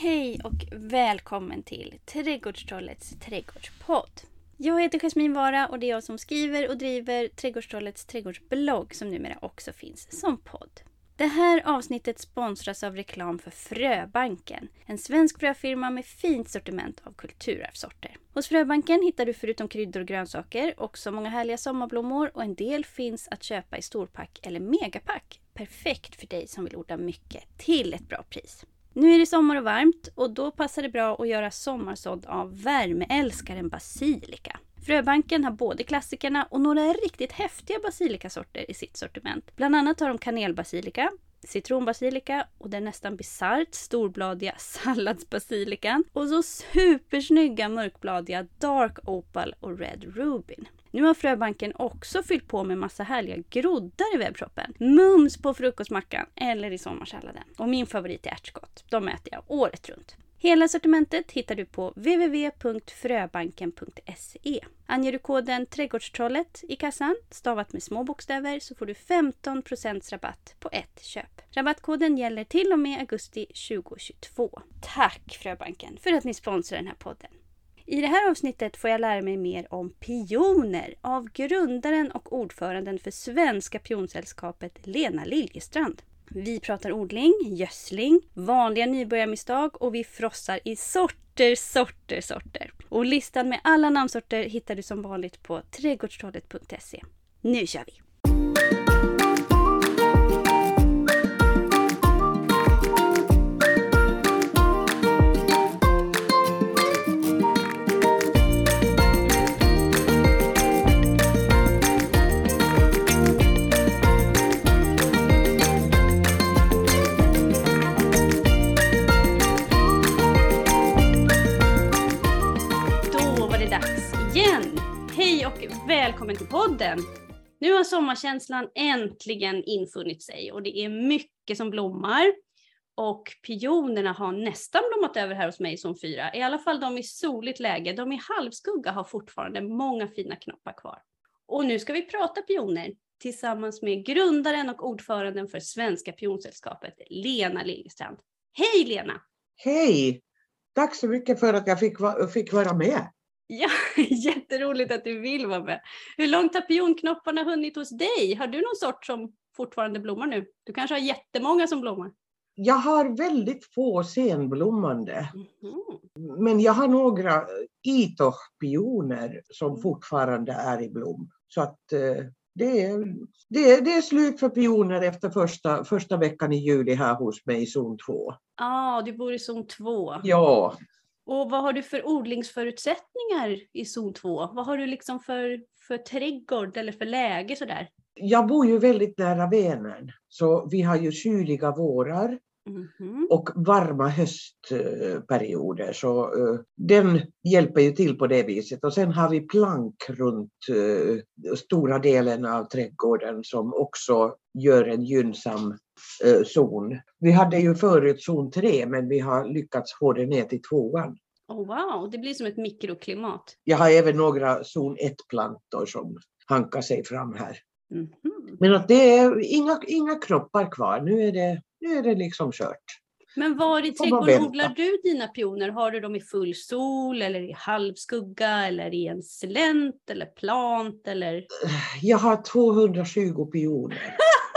Hej och välkommen till Trädgårdstrollets trädgårdspodd. Jag heter Jasmin Vara och det är jag som skriver och driver Trädgårdstrollets trädgårdsblogg som numera också finns som podd. Det här avsnittet sponsras av reklam för Fröbanken, en svensk fröfirma med fint sortiment av kulturarvssorter. Hos Fröbanken hittar du förutom kryddor och grönsaker också många härliga sommarblommor och en del finns att köpa i storpack eller megapack. Perfekt för dig som vill odla mycket till ett bra pris. Nu är det sommar och varmt och då passar det bra att göra sommarsådd av värmeälskaren basilika. Fröbanken har både klassikerna och några riktigt häftiga basilikasorter i sitt sortiment. Bland annat har de kanelbasilika, citronbasilika och den nästan bisarrt storbladiga salladsbasilikan och så supersnygga mörkbladiga dark opal och red rubin. Nu har Fröbanken också fyllt på med massa härliga groddar i webbshoppen. Mums på frukostmackan eller i sommarsalladen. Och min favorit är ärtskott. De äter jag året runt. Hela sortimentet hittar du på www.fröbanken.se. Anger du koden trädgårdstrollet i kassan, stavat med små bokstäver, så får du 15% rabatt på ett köp. Rabattkoden gäller till och med augusti 2022. Tack Fröbanken för att ni sponsrar den här podden. I det här avsnittet får jag lära mig mer om pioner av grundaren och ordföranden för Svenska Pionsällskapet Lena Liljestrand. Vi pratar odling, gödsling, vanliga nybörjarmisstag och vi frossar i sorter. Och listan med alla namnsorter hittar du som vanligt på trädgårdstrollet.se. Nu kör vi! Välkommen till podden! Nu har sommarkänslan äntligen infunnit sig och det är mycket som blommar. Och pionerna har nästan blommat över här hos mig som 4. I alla fall de i soligt läge. De i halvskugga har fortfarande många fina knoppar kvar. Och nu ska vi prata pioner tillsammans med grundaren och ordföranden för Svenska Pionsällskapet, Lena Liljestrand. Hej Lena! Hej! Tack så mycket för att jag fick vara med. Ja, jätteroligt att du vill vara med. Hur långt har pionknopparna hunnit hos dig? Har du någon sort som fortfarande blommar nu? Du kanske har jättemånga som blommar. Jag har väldigt få senblommande. Mm-hmm. Men jag har några itoch-pioner som fortfarande är i blom. Så att det är slut för pioner efter första veckan i juli här hos mig i zon 2. Du bor i zon 2. Ja. Och vad har du för odlingsförutsättningar i zon 2? Vad har du liksom för trädgård eller för läge sådär? Jag bor ju väldigt nära Vänern. Så vi har ju kyliga vårar och varma höstperioder. Så den hjälper ju till på det viset. Och sen har vi plank runt stora delen av trädgården som också gör en gynnsam zon. Vi hade ju förut zon 3 men vi har lyckats få det ner till 2:an. Wow, det blir som ett mikroklimat. Jag har även några zon 1-plantor som hankar sig fram här. Mm-hmm. Men att det är inga kroppar kvar. Nu är det liksom kört. Men var i trädgården odlar du dina pioner? Har du dem i full sol eller i halvskugga eller i en slänt eller plant eller? Jag har 220 pioner.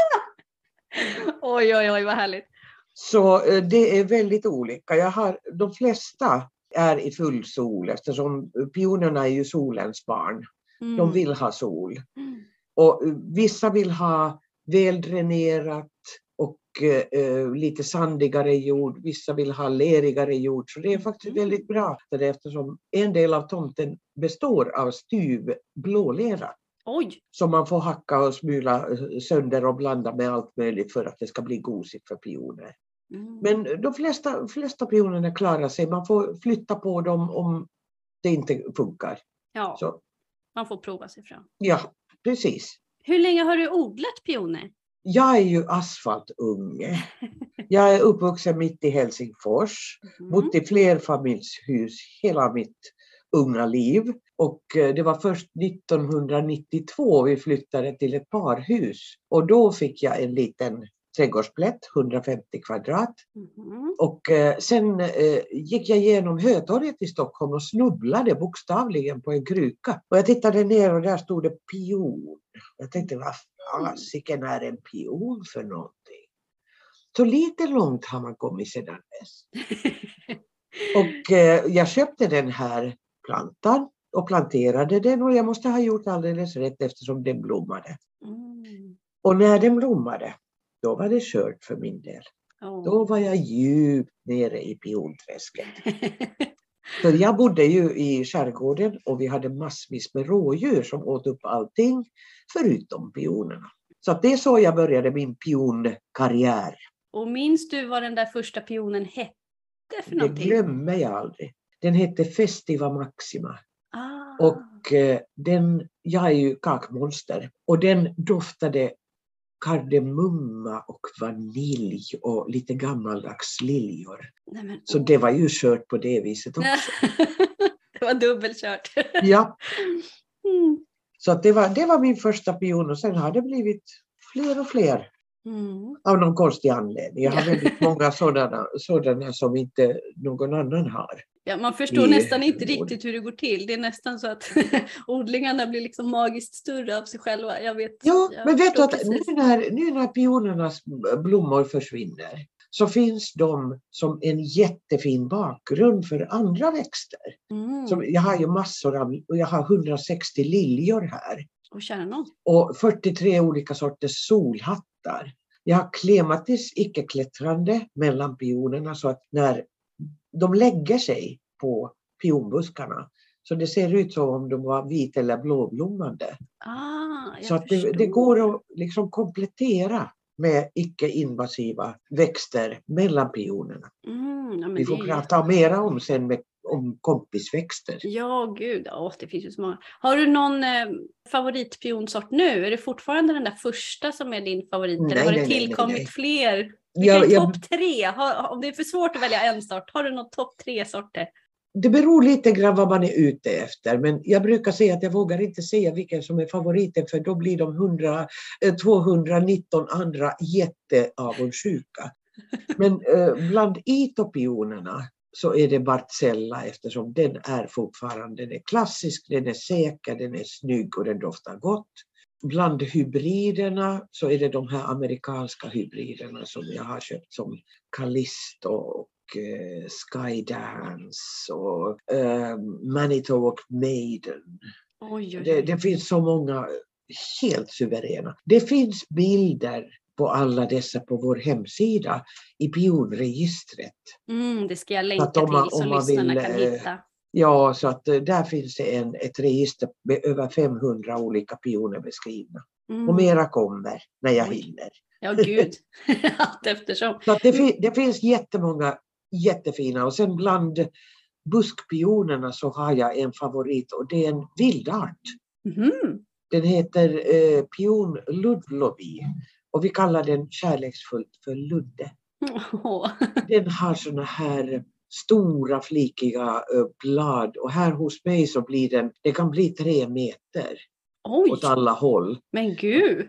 Oj, vad härligt. Så det är väldigt olika. De flesta är i full sol eftersom pionerna är ju solens barn. De vill ha sol. Och vissa vill ha väldränerat och lite sandigare jord. Vissa vill ha lerigare jord. Så det är faktiskt väldigt bra eftersom en del av tomten består av styv blålera. Oj. Som man får hacka och smula sönder och blanda med allt möjligt för att det ska bli gosigt för pioner. Men de flesta pionerna klarar sig. Man får flytta på dem om det inte funkar. Ja, så. Man får prova sig fram. Ja, precis. Hur länge har du odlat pioner? Jag är ju asfaltunge. Jag är uppvuxen mitt i Helsingfors. Bott i flerfamiljshus hela mitt unga liv. Och det var först 1992 vi flyttade till ett parhus. Och då fick jag en liten trädgårdsplätt, 150 kvadrat. Mhm. Och sen gick jag genom Hötorget i Stockholm och snubblade bokstavligen på en kruka. Och jag tittade ner och där stod det pion. Jag tänkte, vad fasiken är en pion för någonting? Så lite långt har man kommit sedan dess. Och jag köpte den här plantan och planterade den, och jag måste ha gjort alldeles rätt eftersom den blommade. Mm. Och när den blommade, då var det kört för min del. Oh. Då var jag djupt nere i pionträsket. För jag bodde ju i skärgården och vi hade massvis med rådjur som åt upp allting förutom pionerna. Så att det är så jag började min pionkarriär. Och minns du vad den där första pionen hette för Det någonting? glömmer jag aldrig. Den hette Festiva Maxima. Ah. Och jag är ju kakmonster. Och den doftade kardemumma och vanilj och lite gammaldags liljor. Nej, men, Så det var ju kört på det viset också. Det var dubbelkört. Ja, Mm. så att det var min första pion, och sen har det blivit fler och fler. Mm. Av någon konstig anledning. Jag har väldigt många sådana som inte någon annan har. Ja, man förstår nästan inte riktigt hur det går till. Det är nästan så att odlingarna blir liksom magiskt större av sig själva. Jag Men vet du att precis. nu när pionernas blommor försvinner så finns de som en jättefin bakgrund för andra växter. Mm. Så jag har ju massor av, och jag har 160 liljor här. Och kära någon. Och 43 olika sorters solhattar. Jag har klematis icke-klättrande mellan pionerna, så att när de lägger sig på pionbuskarna så det ser ut som om de var vit eller blåblommande. Så att det går att liksom komplettera med icke-invasiva växter mellan pionerna. Vi får prata mer om sen om kompisväxter. Ja, gud. Det finns ju så många. Har du någon favoritpionsort nu? Är det fortfarande den där första som är din favorit? Eller har det tillkommit fler? Topp 3? Om det är för svårt att välja en sort, har du någon topp 3 sorter? Det beror lite grann vad man är ute efter, men jag brukar säga att jag vågar inte säga vilken som är favoriten, för då blir de 219 andra jätteavundsjuka. Men bland itopionerna så är det Bartzella, eftersom den är fortfarande den är klassisk, den är säker, den är snygg och den doftar gott. Bland hybriderna så är det de här amerikanska hybriderna som jag har köpt, som Callisto och Skydance och Manitou och Maiden. Det finns så många helt suveräna. Det finns bilder på alla dessa på vår hemsida i pionregistret. Det ska jag länka till så lyssnarna kan hitta. Ja, så att där finns det ett register med över 500 olika pioner beskrivna. Och mera kommer när jag hinner. Ja, gud. Allt eftersom. Så att det finns jättemånga jättefina. Och sen bland buskpionerna så har jag en favorit, och det är en vildart. Den heter pion Ludlovi. Och vi kallar den kärleksfullt för Ludde. Den har såna här stora flikiga blad, och här hos mig så blir det kan bli 3 meter. Åt alla håll. Men gud!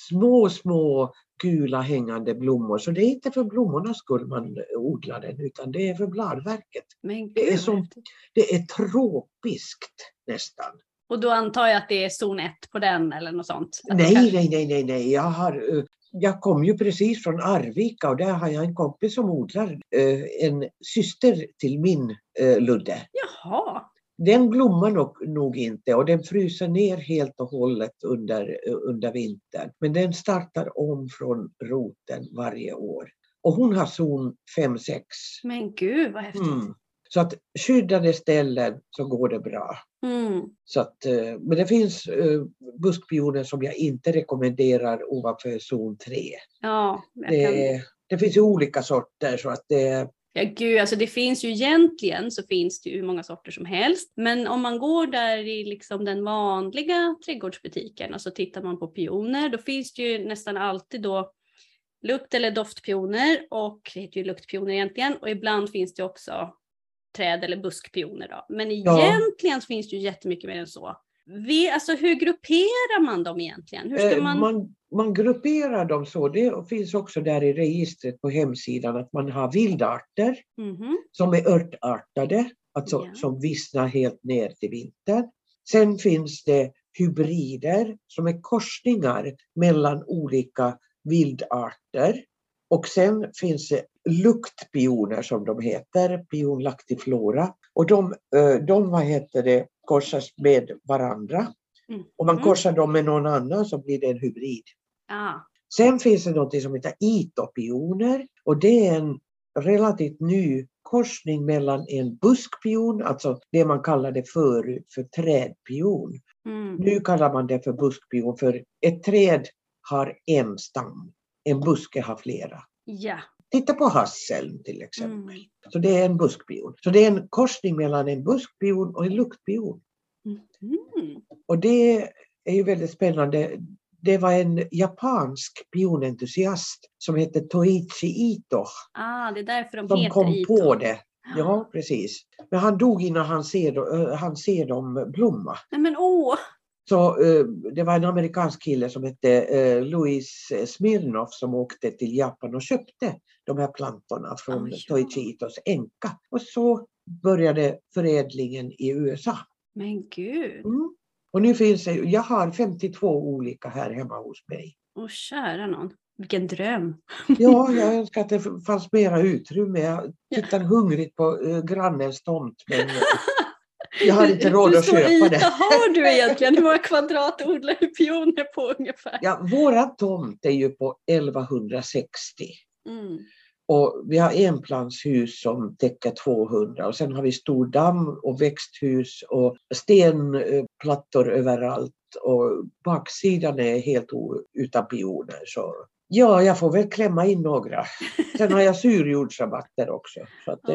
Små gula hängande blommor, så det är inte för blommornas skull man odlar den, utan det är för bladverket. Men det är tropiskt nästan. Och då antar jag att det är zon 1 på den eller något sånt? Nej. Jag kom ju precis från Arvika, och där har jag en kompis som odlar en syster till min Ludde. Jaha. Den blommar nog inte, och den fryser ner helt och hållet under vintern. Men den startar om från roten varje år. Och hon har zon 5-6. Men gud vad häftigt. Så att skyddade ställen så går det bra. Så att, men det finns buskpioner som jag inte rekommenderar ovanför zon 3. Ja, det finns ju olika sorter, så att det... Ja gud, alltså det finns ju egentligen så finns det ju hur många sorter som helst. Men om man går där i liksom den vanliga trädgårdsbutiken och så tittar man på pioner, då finns det ju nästan alltid då lukt- eller doftpioner, och det heter ju luktpioner egentligen, och ibland finns det också träd- eller buskpioner då. Men egentligen så finns det ju jättemycket mer än så. Alltså hur grupperar man dem egentligen? Hur ska Man grupperar dem så. Det finns också där i registret på hemsidan att man har vildarter som är örtartade, alltså som vissnar helt ner till vintern. Sen finns det hybrider som är korsningar mellan olika vildarter. Och sen finns det luktpioner som de heter, pion lactiflora. Och de korsas med varandra. Om man korsar dem med någon annan så blir det en hybrid. Sen finns det något som heter itopioner. Och det är en relativt ny korsning mellan en buskpion, alltså det man kallade förut för trädpion. Nu kallar man det för buskpion, för ett träd har en stam. En buske har flera. Ja. Titta på hasseln till exempel. Så det är en buskpion. Så det är en korsning mellan en buskpion och en luktpion. Och det är ju väldigt spännande. Det var en japansk pionentusiast som hette Toichi Ito. Det är därför de som heter kom Ito. på det. Ja, precis. Men han dog innan han ser dem blomma. Nej men Så det var en amerikansk kille som hette Louis Smirnoff som åkte till Japan och köpte de här plantorna från Toichi Itos änka. Och så började förädlingen i USA. Men gud. Och nu finns det, jag har 52 olika här hemma hos mig. Kära någon. Vilken dröm. Ja, jag önskar att det fanns mera utrymme. Jag tittar hungrigt på grannens tomt, men jag har inte råd att köpa det. Hur stor yta har du egentligen? Hur många kvadrat odlar du pioner på ungefär? Ja, våra tomt är ju på 1160. Och vi har enplanshus som täcker 200 och sen har vi stor damm och växthus och stenplattor överallt och baksidan är helt utan pioner. Så ja, jag får väl klämma in några. Sen har jag surjordsrabatter också. Så att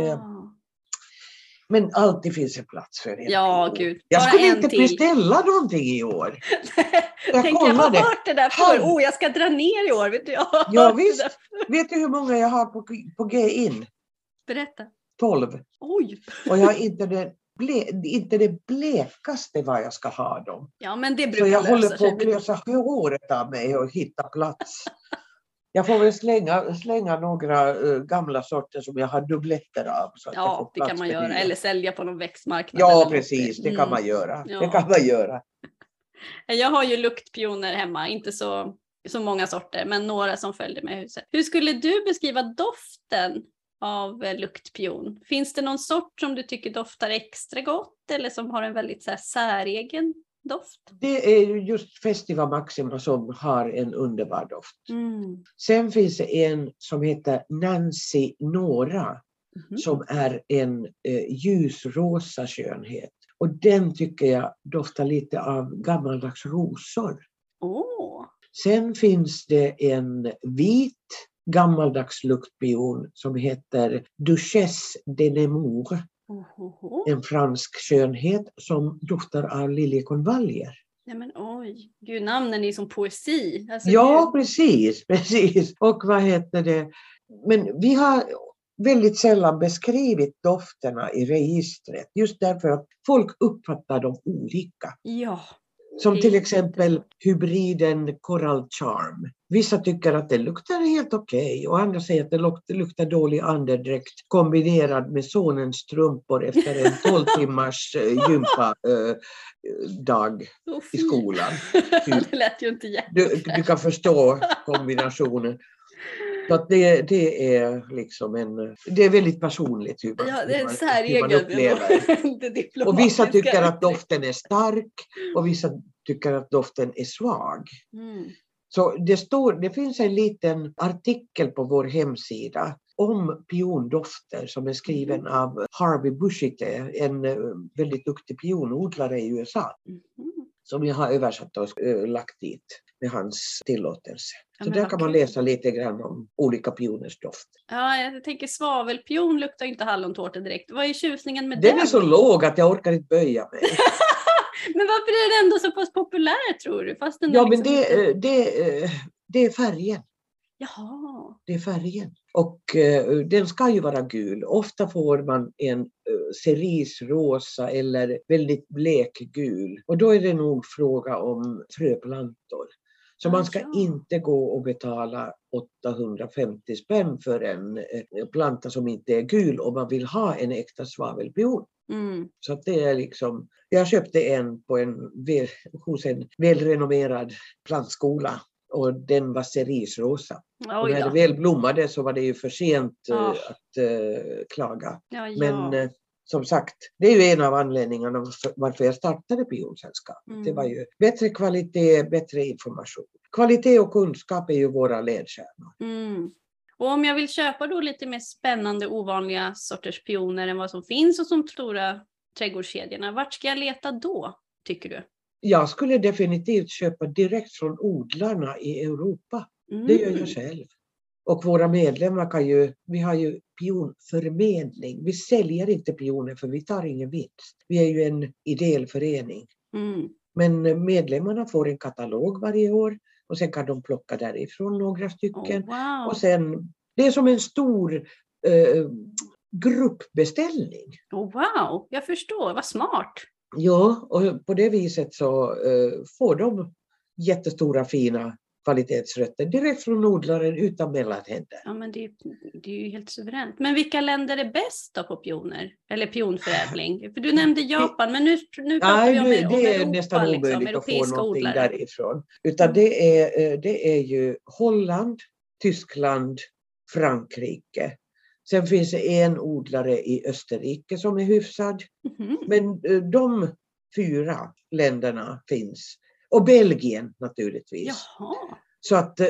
men alltid finns en plats för en. Ja, gud. Jag skulle inte beställa någonting i år. Jag har hört det där för. Jag ska dra ner i år. Vet du? Ja, visst. Vet du hur många jag har på G-in? Berätta. 12. Oj. Och jag har inte det blekaste vad jag ska ha dem. Ja, men det brukar så jag håller lösa på att klösa håret av mig och hitta plats. Jag får väl slänga några gamla sorter som jag har dubbletter av. Så att jag får det kan man göra. Eller sälja på någon växtmarknad. Ja, precis. Det kan man göra. Ja. Det kan man göra. Jag har ju luktpioner hemma. Inte så många sorter, men några som följde med huset. Hur skulle du beskriva doften av luktpion? Finns det någon sort som du tycker doftar extra gott eller som har en väldigt säregen doft? Det är just Festiva Maxima som har en underbar doft. Sen finns det en som heter Nancy Nora som är en ljusrosa skönhet. Och den tycker jag doftar lite av gammaldags rosor. Sen finns det en vit gammaldags luktpion som heter Duchesse de Nemours. En fransk skönhet som doftar av liljekonvaljer. Nej men oj, gud, namnen är som poesi. Alltså, ja, precis. Och vad heter det? Men vi har väldigt sällan beskrivit dofterna i registret. Just därför att folk uppfattar dem olika. Ja. Som till exempel hybriden Coral Charm. Vissa tycker att det luktar helt okej och andra säger att det luktar dålig andedräkt kombinerad med sonens strumpor efter en 12 timmars gympadag i skolan. Det lät ju inte du kan förstå kombinationen. Så att det är liksom det är väldigt personligt hur man upplever. Och vissa tycker att doften är stark och vissa tycker att doften är svag. Så det finns en liten artikel på vår hemsida om piondofter som är skriven av Harvey Bushite, en väldigt duktig pionodlare i USA. Som jag har översatt och lagt dit med hans tillåtelse. Så där kan man läsa lite grann om olika pioners doft. Ja, jag tänker svavelpion luktar inte hallontårta direkt. Vad är tjusningen med den? Den är så låg att jag orkar inte böja mig. Men varför är den ändå så pass populär tror du? Fast den men det är färgen. Jaha. Det är färgen. Och den ska ju vara gul. Ofta får man en cerisrosa eller väldigt blekgul. Och då är det nog fråga om fröplantor. Så man ska inte gå och betala 850 spänn för en planta som inte är gul om man vill ha en äkta svavelpion. Så att det är liksom, jag köpte en hos en välrenommerad plantskola och den var cerisrosa. Och när det väl blommade så var det ju för sent att klaga. Men som sagt, det är ju en av anledningarna varför jag startade Pionsällskapet. Det var ju bättre kvalitet, bättre information. Kvalitet och kunskap är ju våra ledstjärnor. Och om jag vill köpa då lite mer spännande, ovanliga sorters pioner än vad som finns och som stora trädgårdskedjorna, vart ska jag leta då, tycker du? Jag skulle definitivt köpa direkt från odlarna i Europa. Det gör jag själv. Och våra medlemmar vi har ju pionförmedling. Vi säljer inte pioner för vi tar ingen vinst. Vi är ju en ideell förening. Men medlemmarna får en katalog varje år och sen kan de plocka därifrån några stycken. Och sen, det är som en stor gruppbeställning. Wow, jag förstår, vad smart. Ja, och på det viset så får de jättestora fina kvalitetsrötter direkt från odlaren utan mellanhänder. Ja, men det är ju helt suveränt. Men vilka länder är bäst då på pioner? Eller pionförädling? För du nämnde Japan, men nu pratar vi om Europa. Det är nästan omöjligt liksom, att få någonting odlare därifrån. Utan det är ju Holland, Tyskland, Frankrike. Sen finns det en odlare i Österrike som är hyfsad. Men de 4 länderna finns. Och Belgien naturligtvis. Jaha. Så att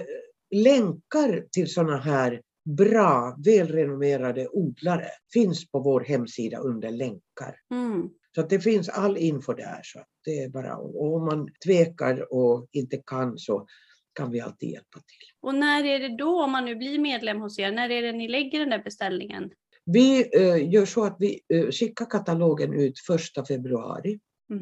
länkar till sådana här bra, välrenommerade odlare finns på vår hemsida under länkar. Så att det finns all info där. Så att det är bara, och om man tvekar och inte kan så kan vi alltid hjälpa till. Och när är det då, om man nu blir medlem hos er, när är det ni lägger den där beställningen? Vi gör så att vi skickar katalogen ut 1 februari.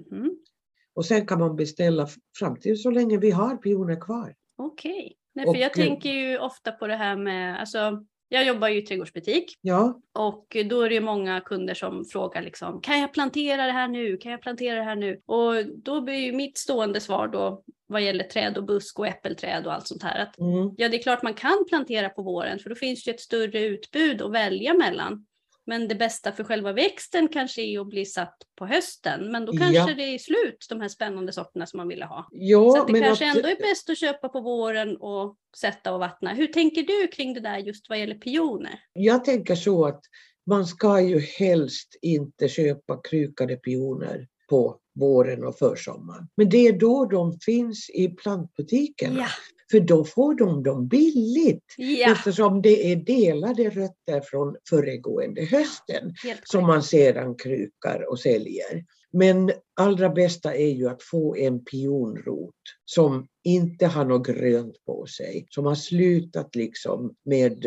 Och sen kan man beställa fram till så länge vi har pioner kvar. Okej. Nej, för jag tänker ju ofta på det här med, alltså jag jobbar ju i trädgårdsbutik. Ja. Och då är det ju många kunder som frågar liksom, kan jag plantera det här nu? Kan jag plantera det här nu? Och då blir ju mitt stående svar då, vad gäller träd och busk och äppelträd och allt sånt här. Att, ja, det är klart man kan plantera på våren, för då finns det ett större utbud att välja mellan. Men det bästa för själva växten kanske är att bli satt på hösten. Men då kanske det är slut, de här spännande sorterna som man ville ha. Ja, så att det kanske ändå är bäst att köpa på våren och sätta och vattna. Hur tänker du kring det där just vad gäller pioner? Jag tänker så att man ska ju helst inte köpa krukade pioner på våren och försommaren. Men det är då de finns i plantbutikerna. Ja. För då får de dem billigt. Ja. Eftersom det är delade rötter från föregående hösten som man sedan krukar och säljer. Men allra bästa är ju att få en pionrot som inte har något grönt på sig. Som har slutat liksom med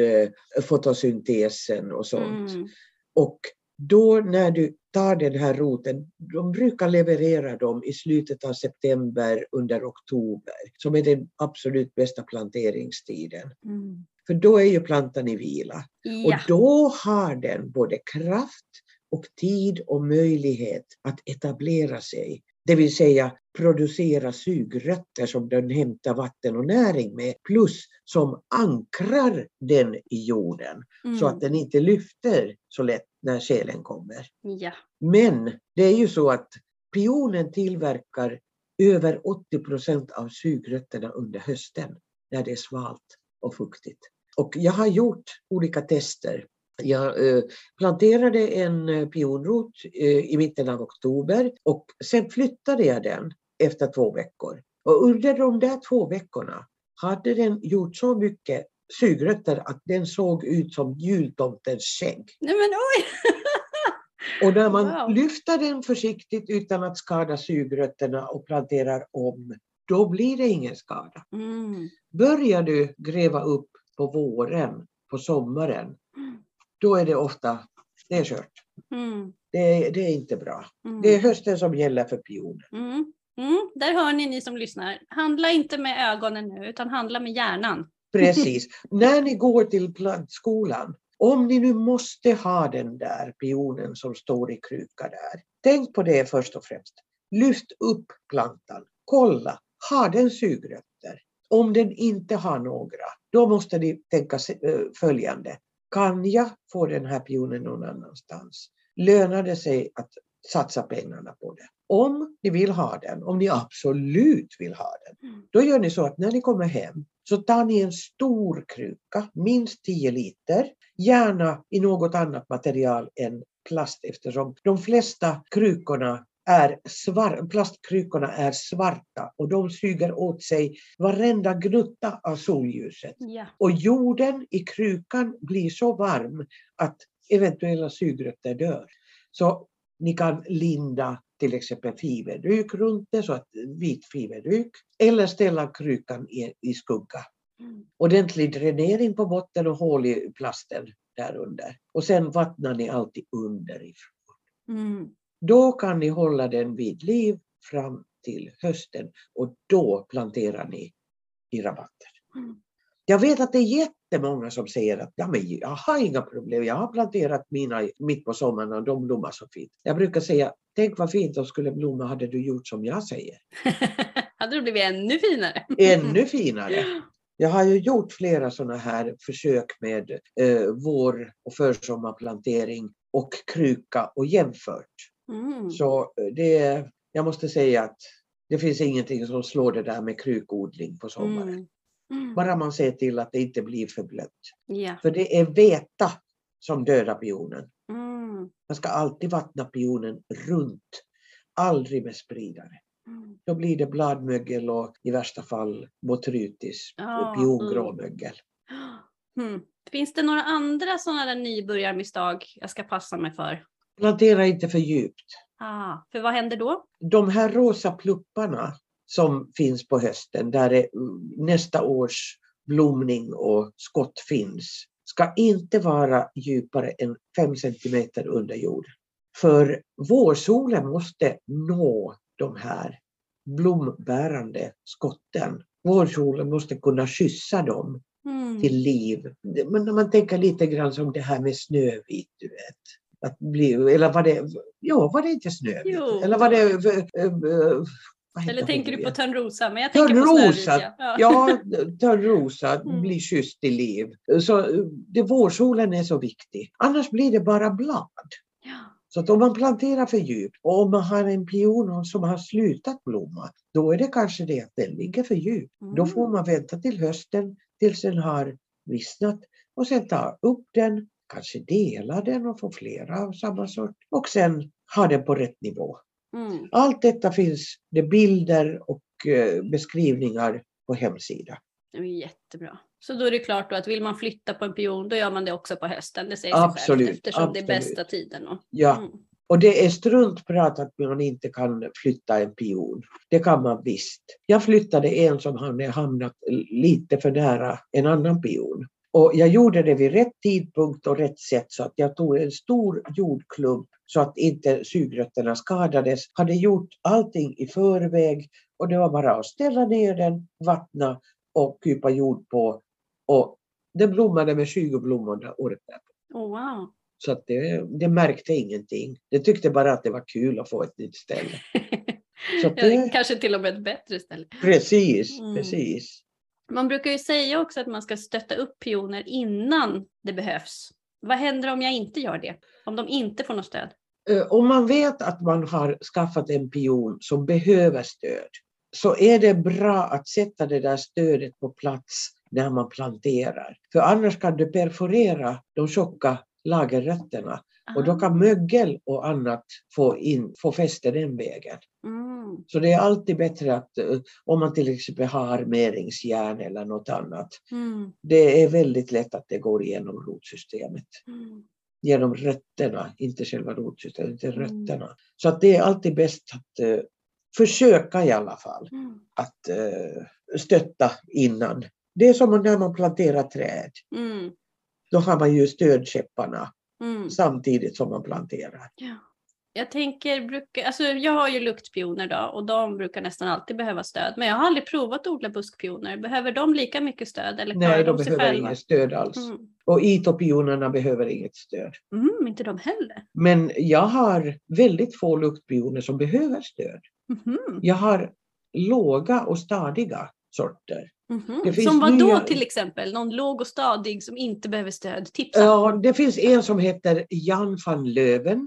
fotosyntesen och sånt. Och då när du tar den här roten, de brukar leverera dem i slutet av september under oktober. Som är den absolut bästa planteringstiden. För då är ju plantan i vila. Ja. Och då har den både kraft och tid och möjlighet att etablera sig. Det vill säga producera sugrötter som den hämtar vatten och näring med. Plus som ankrar den i jorden. Så att den inte lyfter så lätt när tjälen kommer. Ja. Men det är ju så att pionen tillverkar över 80% av sugrötterna under hösten. När det är svalt och fuktigt. Och jag har gjort olika tester. Jag planterade en pionrot i mitten av oktober och sen flyttade jag den efter 2 veckor. Och under de där 2 veckorna hade den gjort så mycket sugrötter att den såg ut som jultomtens skägg. Nej men oj! Och när man lyfter den försiktigt utan att skada sugrötterna och planterar om, då blir det ingen skada. Börjar du gräva upp på våren, på sommaren, då är det ofta, det är kört. Det är inte bra. Det är hösten som gäller för pioner. Där hör ni som lyssnar. Handla inte med ögonen nu, utan handla med hjärnan. Precis. När ni går till plantskolan Om ni nu måste ha den där pionen som står i kruka där. Tänk på det först och främst. Lyft upp plantan. Kolla, har den sugrötter? Om den inte har några, då måste ni tänka följande. Kan jag få den här pionen någon annanstans? Lönar det sig att satsa pengarna på det? Om ni vill ha den, om ni absolut vill ha den, då gör ni så att när ni kommer hem så tar ni en stor kruka, minst 10 liter, gärna i något annat material än plast eftersom de flesta krukorna plastkrukorna är svarta och de suger åt sig varenda gnutta av solljuset. Ja. Och jorden i krukan blir så varm att eventuella sugrötter dör. Så ni kan linda till exempel fiberduk runt det, så att vit fiberduk, eller ställa krukan i skugga. Ordentlig dränering på botten och hål i plasten där under. Och sen vattnar ni alltid underifrån. Då kan ni hålla den vid liv fram till hösten och då planterar ni i rabatter. Jag vet att det är jättemånga som säger att ja, men jag har inga problem, jag har planterat mina mitt på sommaren och de blommar så fint. Jag brukar säga, tänk vad fint de skulle blomma hade du gjort som jag säger. Hade det blivit ännu finare? Ännu finare. Jag har ju gjort flera sådana här försök med vår- och försommarplantering och kruka och jämfört. Så jag måste säga att det finns ingenting som slår det där med krukodling på sommaren. Bara man ser till att det inte blir för blött. Ja. För det är veta som dödar pionen. Man ska alltid vattna pionen runt. Aldrig med spridare. Då blir det bladmögel och i värsta fall botrytis, piongråmögel. Finns det några andra sådana där nybörjarmisstag jag ska passa mig för? Plantera inte för djupt. För vad händer då? De här rosa plupparna som finns på hösten, där det nästa års blomning och skott finns, ska inte vara djupare än 5 centimeter under jorden. För vårsolen måste nå de här blombärande skotten. Vårsolen måste kunna kyssa dem till liv. Men när man tänker lite grann som det här med Snövit, du vet. Att bli, eller var det inte Snövit? Jo. Eller var det... Eller tänker du på Törnrosa? Men jag tänker på Snövit, Törnrosa blir kysst i liv. Så vårsolen är så viktig. Annars blir det bara blad. Ja. Så att om man planterar för djupt och om man har en pion som har slutat blomma, då är det kanske det att den ligger för djupt. Då får man vänta till hösten tills den har vissnat och sen ta upp den, kanske dela den och få flera av samma sort och sen ha den på rätt nivå. Allt detta finns det bilder och beskrivningar på hemsidan. Det är jättebra. Så då är det klart då att vill man flytta på en pion, då gör man det också på hösten. Det säger sig självt eftersom det är bästa tiden. Ja, och det är struntprat att man inte kan flytta en pion. Det kan man visst. Jag flyttade en som hade hamnat lite för nära en annan pion. Och jag gjorde det vid rätt tidpunkt och rätt sätt så att jag tog en stor jordklump så att inte sugrötterna skadades. Hade gjort allting i förväg och det var bara att ställa ner den, vattna och kupa jord på. Och det blommade med 20 blommor året därpå. Wow. Så att det märkte ingenting. Det tyckte bara att det var kul att få ett nytt ställe. Så att kanske till och med ett bättre ställe. Precis. Man brukar ju säga också att man ska stötta upp pioner innan det behövs. Vad händer om jag inte gör det? Om de inte får något stöd? Om man vet att man har skaffat en pion som behöver stöd, så är det bra att sätta det där stödet på plats när man planterar. För annars kan du perforera de tjocka lagerrötterna. Och då kan mögel och annat få fäste den vägen. Så det är alltid bättre att om man till exempel har armeringsjärn eller något annat. Det är väldigt lätt att det går igenom rotsystemet. Genom rötterna, inte själva rotsystemet, inte rötterna. Så att det är alltid bäst att försöka i alla fall att stötta innan. Det är som när man planterar träd. Då har man ju stödkäpparna samtidigt som man planterar. Ja. Jag tänker, alltså jag har ju luktpioner då och de brukar nästan alltid behöva stöd. Men jag har aldrig provat att odla buskpioner. Behöver de lika mycket stöd eller klarar Nej, de de sig behöver själva? inget stöd alls. Och itopionerna behöver inget stöd. Inte de heller. Men jag har väldigt få luktpioner som behöver stöd. Jag har låga och stadiga sorter. Det finns som vad då till exempel? Någon låg och stadig som inte behöver stöd? Tipsa. Ja, det finns en som heter Jan van Löven.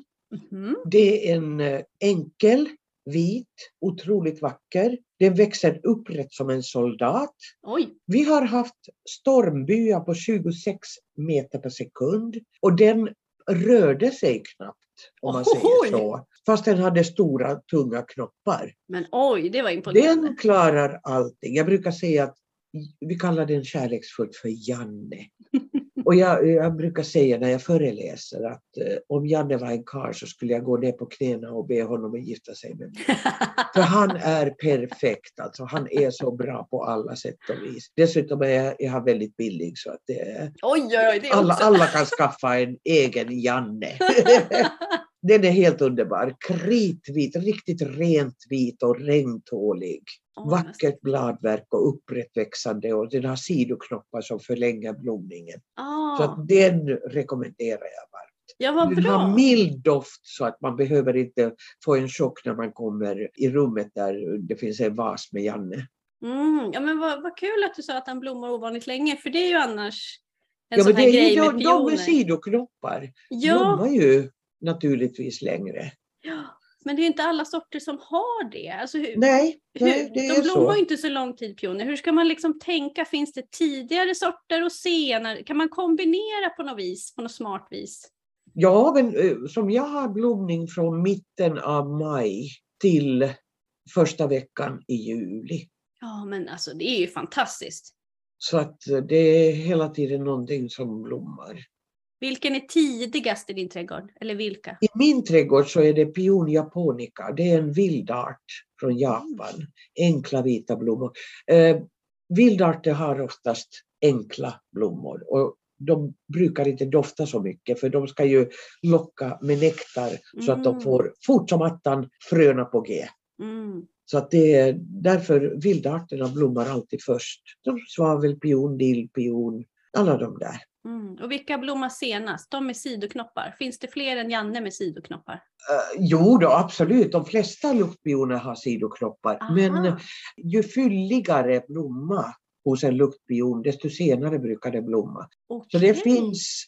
Det är en enkel, vit, otroligt vacker. Den växer upprätt som en soldat. Oj. Vi har haft stormbyar på 26 meter per sekund. Och den rörde sig knappt, om man säger så. Fast den hade stora, tunga knoppar. Men oj, det var imponerande. Den klarar allting. Jag brukar säga att vi kallar den kärleksfullt för Janne. Och jag brukar säga när jag föreläser att om Janne var en karl så skulle jag gå ner på knäna och be honom att gifta sig med mig. För han är perfekt, alltså han är så bra på alla sätt och vis. Dessutom är jag väldigt billig så att det är, det alla kan skaffa en egen Janne. Den är helt underbar. Kritvit, riktigt rent vit och regntålig. Vackert bladverk och upprätt växande och den har sidoknoppar som förlänger blomningen. Så att den rekommenderar jag varmt. Ja, vad bra. Den har mild doft så att man behöver inte få en chock när man kommer i rummet där det finns en vas med Janne. Ja, men vad kul att du sa att han blommar ovanligt länge, för det är ju annars en sån här grej med pioner. De med sidoknoppar blommar ju naturligtvis längre. Ja, men det är inte alla sorter som har det. Alltså, Nej, det är så. De blommar ju inte så lång tid, pioner. Hur ska man liksom tänka? Finns det tidigare sorter och senare? Kan man kombinera på något vis, på något smart vis? Ja, men som jag har blomning från mitten av maj till första veckan i juli. Ja, men alltså det är ju fantastiskt. Så att det är hela tiden någonting som blommar. Vilken är tidigast i din trädgård? Eller vilka? I min trädgård så är det Pion japonica. Det är en vildart från Japan. Enkla vita blommor. Vildarter har oftast enkla blommor. Och de brukar inte dofta så mycket. För de ska ju locka med nektar. Så att de får fort som attan fröna på G. Så att det är därför vildarterna blommar alltid först. Svavelpion, dillpion, alla de där. Och vilka blommar senast? De med sidoknoppar. Finns det fler än Janne med sidoknoppar? Jo då, absolut. De flesta luktpioner har sidoknoppar. Aha. Men ju fylligare blomma hos en luktpion, desto senare brukar det blomma. Okay. Så det finns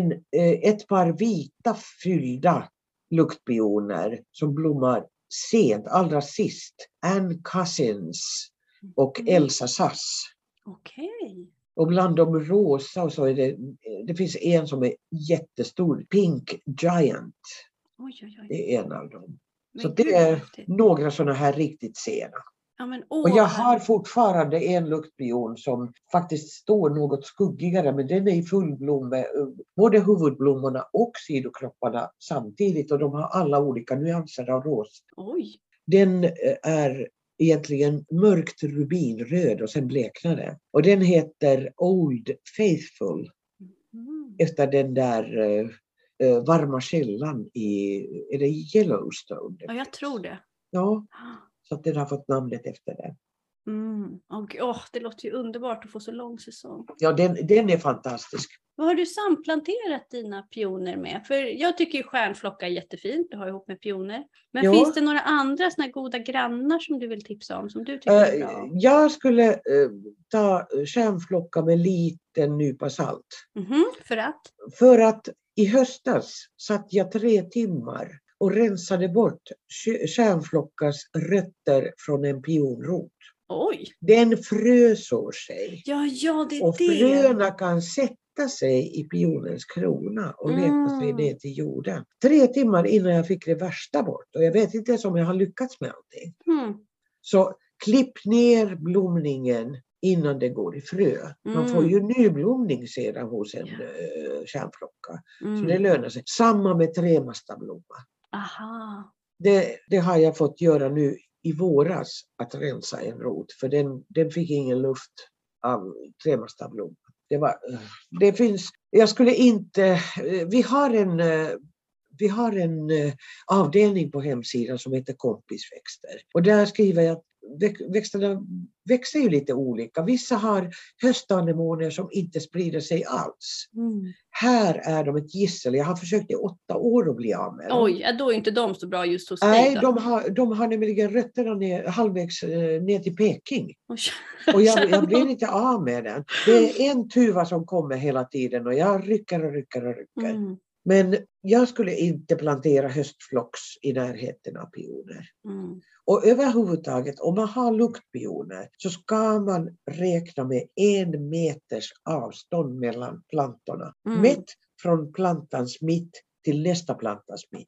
ett par vita fyllda luktpioner som blommar sent, allra sist. Anne Cousins och Elsa Sass. Okej. Och bland de rosa och så är det finns en som är jättestor, Pink Giant. Oj. Det är en av dem. Men så det är några sådana här riktigt sena. Ja, men, och jag har fortfarande en luktpion som faktiskt står något skuggigare, men den är i full blom med både huvudblommorna och sidoknopparna samtidigt och de har alla olika nyanser av ros. Oj. Den är egentligen mörkt rubinröd och sen bleknade. Och den heter Old Faithful. Efter den där varma källan är det Yellowstone? Ja, jag tror det. Ja, så att den har fått namnet efter det. Det låter ju underbart att få så lång säsong. Ja, den är fantastisk. Vad har du samplanterat dina pioner med? För jag tycker ju stjärnflocka är jättefint. Du har ihop med pioner. Men finns det några andra såna goda grannar som du vill tipsa om? Som du tycker är bra? Jag skulle ta stjärnflocka med liten nypa salt. För att? För att i höstas satt jag 3 timmar och rensade bort stjärnflockas rötter från en pionrot. Oj! Den frösår sig. Ja, det är och fröna kan sätta sig i pionens krona och leta sig ner till jorden. 3 timmar innan jag fick det värsta bort. Och jag vet inte ens om jag har lyckats med allting. Så klipp ner blomningen innan det går i frö. Man får ju nyblomning sedan hos en stjärnflocka. Så det lönar sig. Samma med tremastablomma. Aha. Det har jag fått göra nu i våras, att rensa en rot. För den fick ingen luft av tremastablomma. Det finns, jag skulle inte, vi har en vi har en avdelning på hemsidan som heter kompisväxter. Och där skriver jag att växterna växer ju lite olika. Vissa har höstanemoner som inte sprider sig alls. Här är de ett gissel. Jag har försökt i 8 år att bli av med dem. Oj, då är inte de så bra just hos dig Nej, då. de har nämligen rötterna halvvägs ner till Peking. Oj. Och jag blir inte av med den. Det är en tuva som kommer hela tiden och jag rycker. Men jag skulle inte plantera höstflox i närheten av pioner. Och överhuvudtaget, om man har luktpioner så ska man räkna med 1 meters avstånd mellan plantorna. Mätt från plantans mitt till nästa plantans mitt.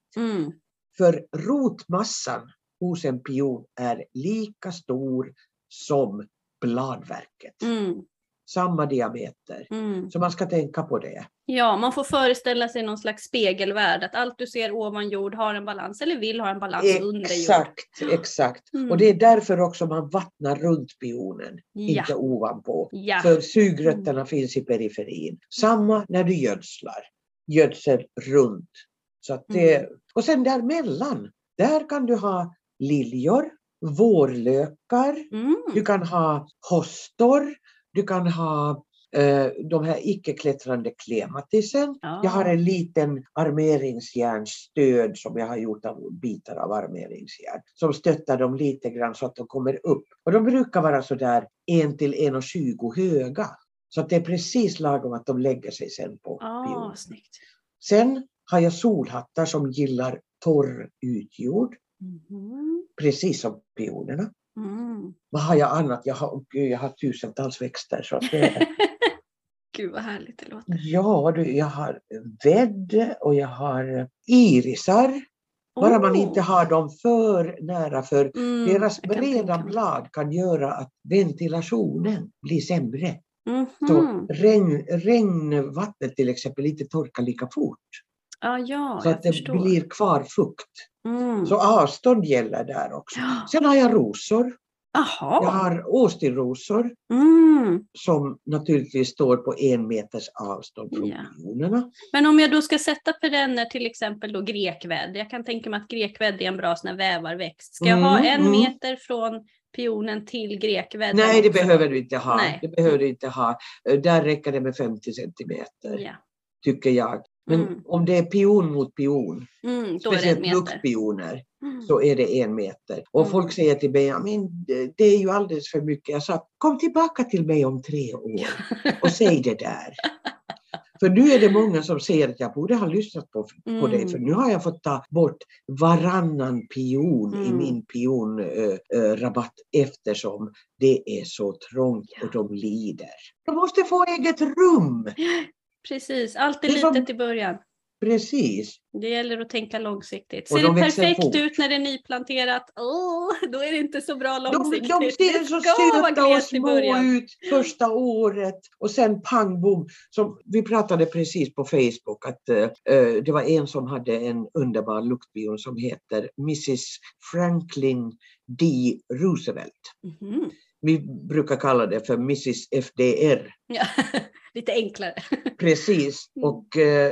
För rotmassan hos en pion är lika stor som bladverket. Samma diameter. Så man ska tänka på det. Ja, man får föreställa sig någon slags spegelvärld. Att allt du ser ovan jord har en balans eller vill ha en balans under jord. Exakt. Och det är därför också man vattnar runt pionen. Inte ovanpå. Ja. För sugrötterna finns i periferin. Samma när du gödslar. Gödsel runt. Så att det, och sen däremellan. Där kan du ha liljor. Vårlökar. Du kan ha hostor. Du kan ha de här icke-klättrande klematisen. Jag har en liten armeringsjärnstöd som jag har gjort av bitar av armeringsjärn. Som stöttar dem lite grann så att de kommer upp. Och de brukar vara sådär 1 till 1,20 höga. Så att det är precis lagom att de lägger sig sen på pionen. Snyggt. Sen har jag solhattar som gillar torr utjord. Precis som pionerna. Vad har jag annat? Jag har tusentals växter. Så att det... Gud vad härligt det låter. Ja, jag har vädd och jag har irisar. Bara man inte har dem för nära, för deras breda blad kan göra att ventilationen blir sämre. Så regnvattnet till exempel inte torkar lika fort. Så att det blir kvar fukt. Så avstånd gäller där också. Sen har jag rosor. Jag har åstinrosor som naturligtvis står på 1 meters avstånd från pionerna. Men om jag då ska sätta perenner, till exempel då grekvädd. Jag kan tänka mig att grekvädd är en bra sån här vävarväxt. Ska jag ha 1 meter från pionen till grekvädd? Nej, det behöver du inte ha. Det behöver du inte ha. Där räcker det med 50 centimeter. Tycker jag. Men om det är pion mot pion, speciellt luktpioner, så är det 1 meter. Och folk säger till mig, men det är ju alldeles för mycket. Jag sa, kom tillbaka till mig om 3 år och säg det där. För nu är det många som säger att jag borde ha lyssnat på dig. För nu har jag fått ta bort varannan pion i min pionrabatt eftersom det är så trångt och de lider. De måste få eget rum. Precis, allt är litet i början. Precis. Det gäller att tänka långsiktigt. Ser det perfekt ut när det är nyplanterat? Då är det inte så bra långsiktigt. De ser så söta och små ut första året. Och sen pang bom. Som vi pratade precis på Facebook. Att det var en som hade en underbar luktpion som heter Mrs. Franklin D. Roosevelt. Vi brukar kalla det för Mrs. FDR. Ja, lite enklare. Precis. Och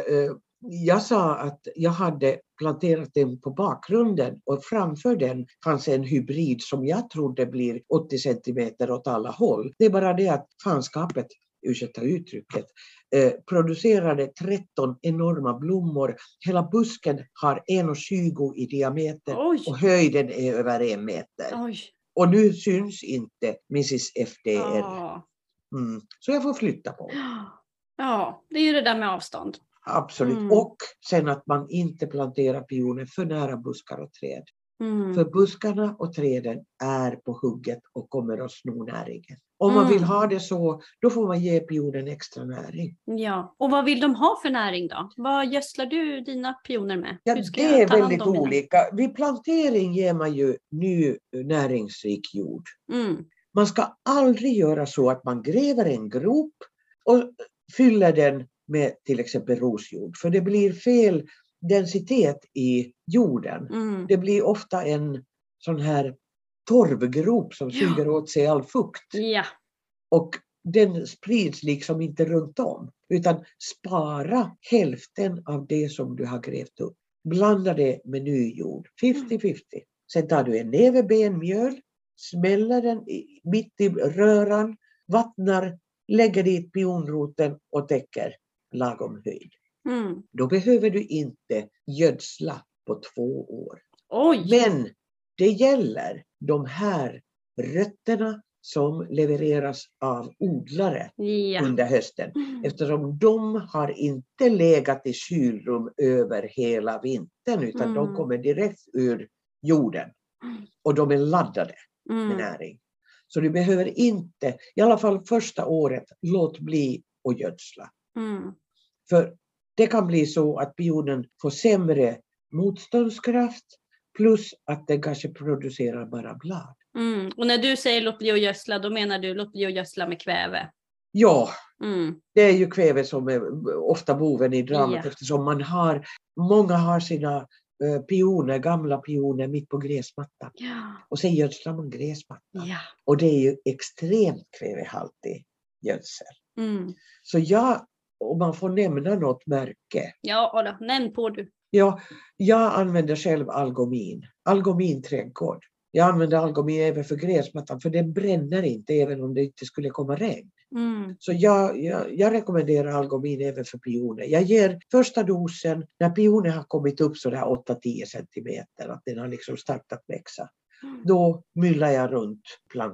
jag sa att jag hade planterat den på bakgrunden och framför den fanns en hybrid som jag trodde blir 80 centimeter åt alla håll. Det är bara det att fanskapet, ursäkta uttrycket, producerade 13 enorma blommor. Hela busken har 1,20 i diameter. och höjden är över 1 meter. Oj. Och nu syns inte Mrs. FDR. Så jag får flytta på. Ja, det är ju det där med avstånd. Absolut. Och sen att man inte planterar pioner för nära buskar och träd. För buskarna och träden är på hugget och kommer att sno näringen. Om man vill ha det så, då får man ge pionen extra näring. Ja, och vad vill de ha för näring då? Vad gödslar du dina pioner med? Ja, det är väldigt olika. Vid plantering ger man ju ny näringsrik jord. Man ska aldrig göra så att man gräver en grop och fyller den med till exempel rosjord. För det blir fel densitet i jorden. Det blir ofta en sån här torvgrop som suger åt sig all fukt. Ja. Och den sprids liksom inte runt om. Utan spara hälften av det som du har grävt upp. blanda det med ny jord. 50-50. Sen tar du en näve benmjöl, smäller den mitt i röran, vattnar, lägger dit pionroten och täcker lagom höjd. Då behöver du inte gödsla på 2 år. Oj. Men det gäller de här rötterna som levereras av odlare under hösten. Eftersom de har inte legat i kylrum över hela vintern utan de kommer direkt ur jorden. Och de är laddade med näring. Så du behöver inte, i alla fall första året, låt bli att gödsla. För det kan bli så att pionen får sämre motståndskraft plus att den kanske producerar bara blad. Och när du säger låt bli att gödsla, då menar du låt bli att gödsla med kväve? Ja, det är ju kväve som är ofta boven i dramat eftersom många har sina pioner, gamla pioner mitt på gräsmattan. Och sen gödslar man gräsmattan. Och det är ju extremt kvävehaltig gödsel. Så om man får nämna något märke. Ja, då, nämn på du. Ja, jag använder själv Algomin. Algomin trädgård. Jag använder Algomin även för gräsmattan för den bränner inte även om det inte skulle komma regn. Så jag rekommenderar Algomin även för pioner. Jag ger första dosen när pioner har kommit upp sådär 8-10 centimeter. Att den har liksom startat växa. Då myllar jag runt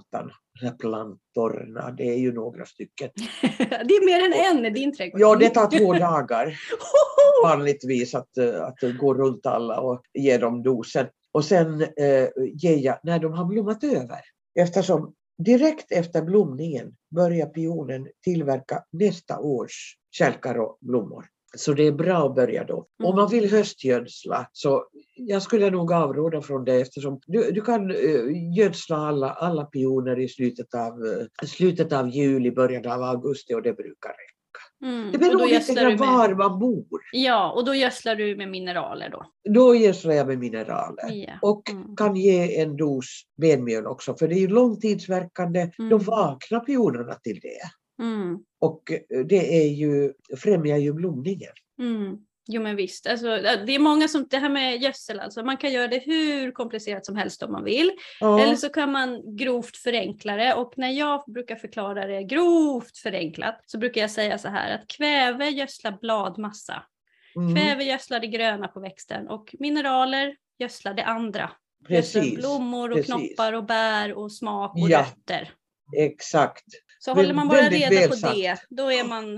plantorna. Det är ju några stycken. Det är mer än en i din trädgård. Ja, det tar 2 dagar. Vanligtvis att gå runt alla och ge dem dosen. Och sen ger jag när de har blommat över. Eftersom direkt efter blomningen börjar pionen tillverka nästa års kälkar och blommor. Så det är bra att börja då. Om man vill höstgödsla så jag skulle nog avråda från det eftersom du kan gödsla alla pioner i slutet av juli, början av augusti och det brukar räcka. Det beror lite på var man bor. Ja, och då gödslar du med mineraler då? Då gödslar jag med mineraler. Och kan ge en dos benmjöl också. För det är ju långtidsverkande. Då vaknar pionerna till det. Och det främjar ju blomningen. Jo men visst, alltså, det är många som, det här med gödsel alltså, man kan göra det hur komplicerat som helst om man vill. Eller så kan man grovt förenkla det, och när jag brukar förklara det grovt förenklat så brukar jag säga så här att kväve gödslar bladmassa. Kväve gödslar det gröna på växten och mineraler gödslar det andra. Gödslar blommor och knoppar och bär och smak och rötter. Exakt. Så håller man bara reda på det, då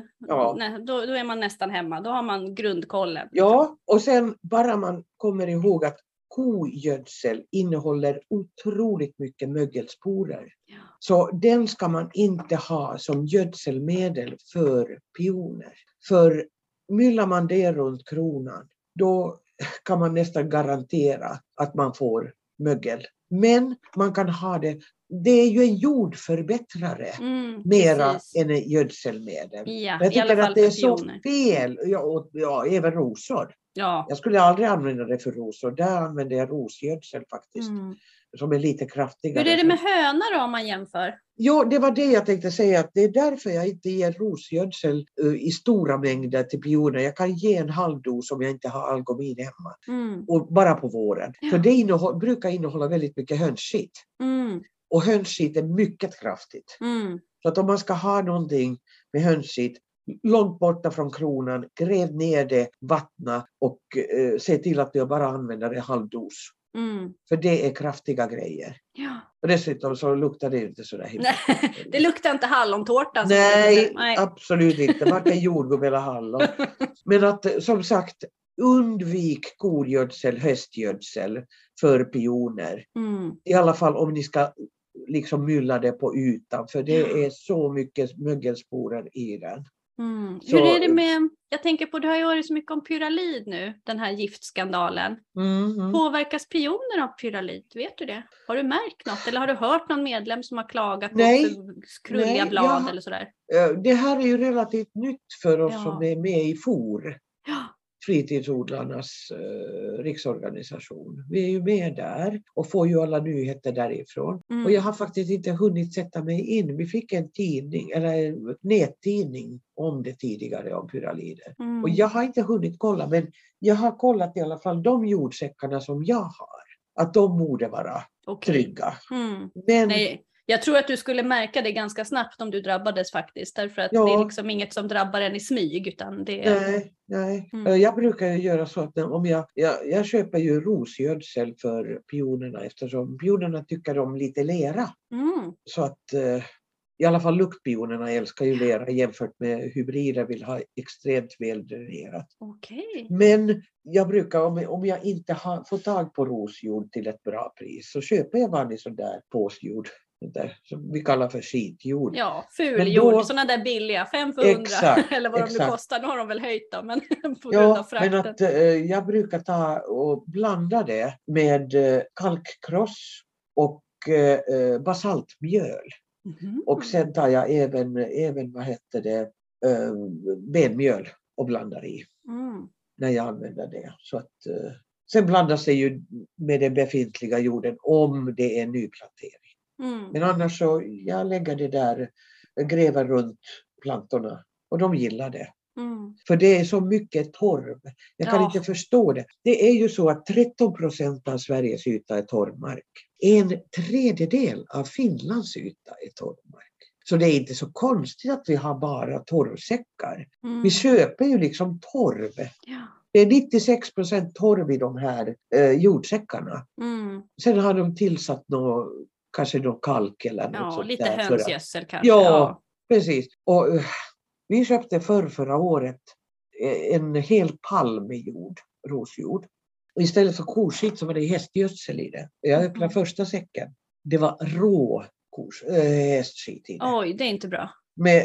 är man nästan hemma. Då har man grundkollen. Ja, och sen bara man kommer ihåg att kogödsel innehåller otroligt mycket mögelsporer. Så den ska man inte ha som gödselmedel för pioner. För myllar man det runt kronan, då kan man nästan garantera att man får mögel. Men man kan ha det. Det är ju en jordförbättrare mera än en gödselmedel. Ja, jag tycker att det är så pioner. fel. Ja, även rosor. Ja. Jag skulle aldrig använda det för rosor. Där använder jag rosgödsel faktiskt. Som är lite kraftigare. Hur är det med höna då om man jämför? Ja, det var det jag tänkte säga. Att det är därför jag inte ger rosgödsel i stora mängder till pioner. Jag kan ge en halv dos om jag inte har Algomin hemma. Och bara på våren. För det brukar innehålla väldigt mycket hönsskit. Och hönsskit är mycket kraftigt. Så att om man ska ha någonting med hönsskit långt borta från kronan, gräv ner det, vattna och se till att du bara använder en halv dos. För det är kraftiga grejer. Ja. Och dessutom så luktar det inte sådär himla. Det luktar inte hallontårta. Nej, absolut inte. Varken jordgubb eller hallon. Men att som sagt, undvik kogödsel, höstgödsel för pioner. I alla fall om ni ska liksom mylla det på ytan. För det är så mycket mögelsporer i den. Hur är det med, jag tänker på, det har ju varit så mycket om pyralid nu, den här giftskandalen. Påverkas pioner av pyralid? Vet du det? Har du märkt något? Eller har du hört någon medlem som har klagat på krulliga blad eller sådär? Det här är ju relativt nytt för oss som är med i FOR. fritidsodlarnas riksorganisation. Vi är ju med där och får ju alla nyheter därifrån. Och jag har faktiskt inte hunnit sätta mig in. Vi fick en tidning, eller en nättidning om det tidigare, om pyralider. Och jag har inte hunnit kolla, men jag har kollat i alla fall de jordsäckarna som jag har. Att de borde vara trygga. Men nej, jag tror att du skulle märka det ganska snabbt om du drabbades faktiskt. Därför att det är liksom inget som drabbar en i smyg. Utan det är... Nej. Jag brukar ju göra så att om jag köper ju rosgödsel för pionerna. Eftersom pionerna tycker om lite lera. Så att i alla fall luktpionerna älskar ju lera jämfört med hybrider vill ha extremt väldränerat. Men jag brukar, om jag inte får tag på rosjord till ett bra pris, så köper jag vanlig sån där påsjord. Där, som vi kallar för skitjord. Ja, fuljord, sådana där billiga, 5 för 100 eller vad de nu kostar. Nu har de väl höjt då, men på grund av frakten. Men att jag brukar ta och blanda det med kalkkross och basaltmjöl. Och sen tar jag även benmjöl och blandar i när jag använder det. Så att, sen blandas det ju med den befintliga jorden om det är nyplantering. Men annars så jag lägger det där, gräver runt plantorna och de gillar det. För det är så mycket torv. Jag kan inte förstå det. Det är ju så att 13% av Sveriges yta är torvmark. 1/3 av Finlands yta är torvmark. Så det är inte så konstigt att vi har bara torvsäckar. Vi köper ju liksom torv. Det är 96% torv i de här jordsäckarna. Sen har de tillsatt kanske någon kalk eller något sånt lite där. hönsgödsel kanske. Ja, precis. Och vi köpte förra året en hel palm med rosjord. Och istället för koskit så var det hästgödsel i det. Jag öppnade första säcken. Det var rå hästskit i det. Oj, det är inte bra. Med